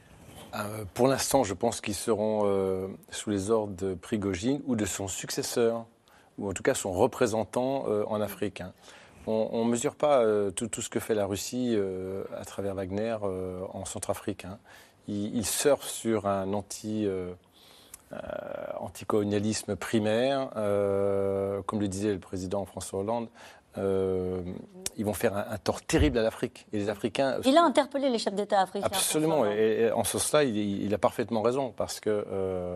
Euh, pour l'instant, je pense qu'ils seront euh, sous les ordres de Prigojine ou de son successeur, ou en tout cas son représentant euh, en Afrique. Hein. On ne mesure pas euh, tout, tout ce que fait la Russie euh, à travers Wagner euh, en Centrafrique. Hein. Il, il surfe sur un anti, euh, euh, anticolonialisme primaire, euh, comme le disait le président François Hollande. Euh, ils vont faire un, un tort terrible à l'Afrique. Et les Africains. Il a interpellé les chefs d'État africains. Absolument. Et, et en ce sens-là, il, il a parfaitement raison parce que euh,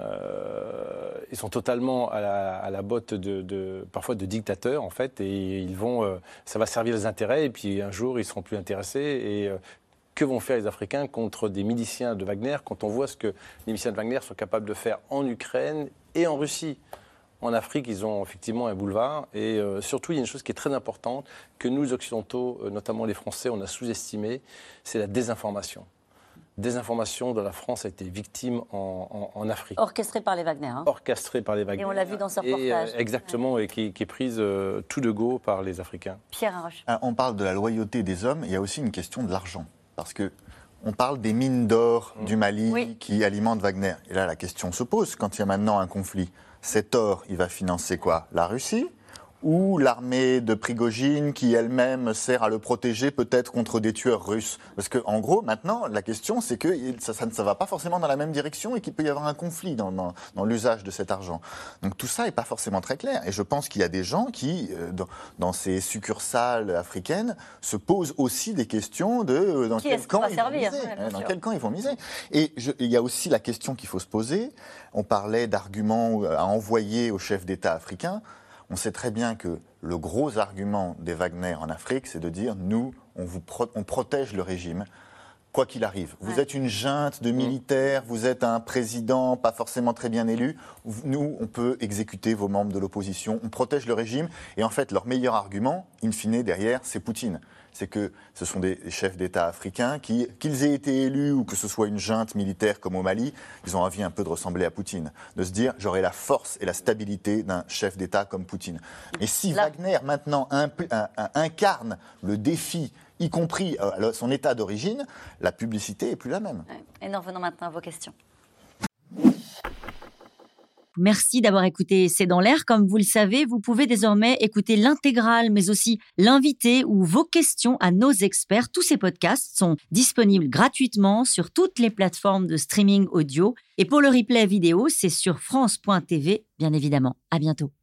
euh, ils sont totalement à la, à la botte de, de parfois de dictateurs en fait, et ils vont. Euh, ça va servir les intérêts et puis un jour ils seront plus intéressés. Et euh, que vont faire les Africains contre des miliciens de Wagner quand on voit ce que les miliciens de Wagner sont capables de faire en Ukraine et en Russie? En Afrique, ils ont effectivement un boulevard. Et euh, surtout, il y a une chose qui est très importante, que nous, les Occidentaux, euh, notamment les Français, on a sous-estimé, c'est la désinformation. Désinformation dont la France a été victime en, en, en Afrique. Orchestrée par les Wagner. Hein. Orchestrée par les Wagner. Et on l'a vu dans ce reportage. Et, euh, exactement, ouais. et qui, qui est prise euh, tout de go par les Africains. Pierre Haroche. On parle de la loyauté des hommes, il y a aussi une question de l'argent. Parce que on parle des mines d'or mmh. du Mali oui. qui alimentent Wagner. Et là, la question se pose, quand il y a maintenant un conflit. Cet or, il va financer quoi? La Russie ou l'armée de Prigojine qui elle-même sert à le protéger peut-être contre des tueurs russes? Parce qu'en gros, maintenant, la question, c'est que ça, ça ne ça va pas forcément dans la même direction et qu'il peut y avoir un conflit dans, dans, dans l'usage de cet argent. Donc tout ça n'est pas forcément très clair. Et je pense qu'il y a des gens qui, euh, dans, dans ces succursales africaines, se posent aussi des questions de euh, dans, quel camp, ils vont miser, ouais, dans quel camp ils vont miser. Et je, il y a aussi la question qu'il faut se poser. On parlait d'arguments à envoyer aux chefs d'État africains. On sait très bien que le gros argument des Wagner en Afrique, c'est de dire nous, on, vous pro- on protège le régime, quoi qu'il arrive. Vous ouais. êtes une junte de militaires, vous êtes un président pas forcément très bien élu. Nous, on peut exécuter vos membres de l'opposition, on protège le régime. Et en fait, leur meilleur argument, in fine, derrière, c'est Poutine. C'est que ce sont des chefs d'État africains qui, qu'ils aient été élus ou que ce soit une junte militaire comme au Mali, ils ont envie un peu de ressembler à Poutine, de se dire j'aurai la force et la stabilité d'un chef d'État comme Poutine. Et si Là. Wagner maintenant impl- un, un, incarne le défi, y compris euh, son état d'origine, la publicité est plus la même. Et nous revenons maintenant à vos questions. Merci d'avoir écouté C'est dans l'air. Comme vous le savez, vous pouvez désormais écouter l'intégrale, mais aussi l'invité ou vos questions à nos experts. Tous ces podcasts sont disponibles gratuitement sur toutes les plateformes de streaming audio. Et pour le replay vidéo, c'est sur France point T V, bien évidemment. À bientôt.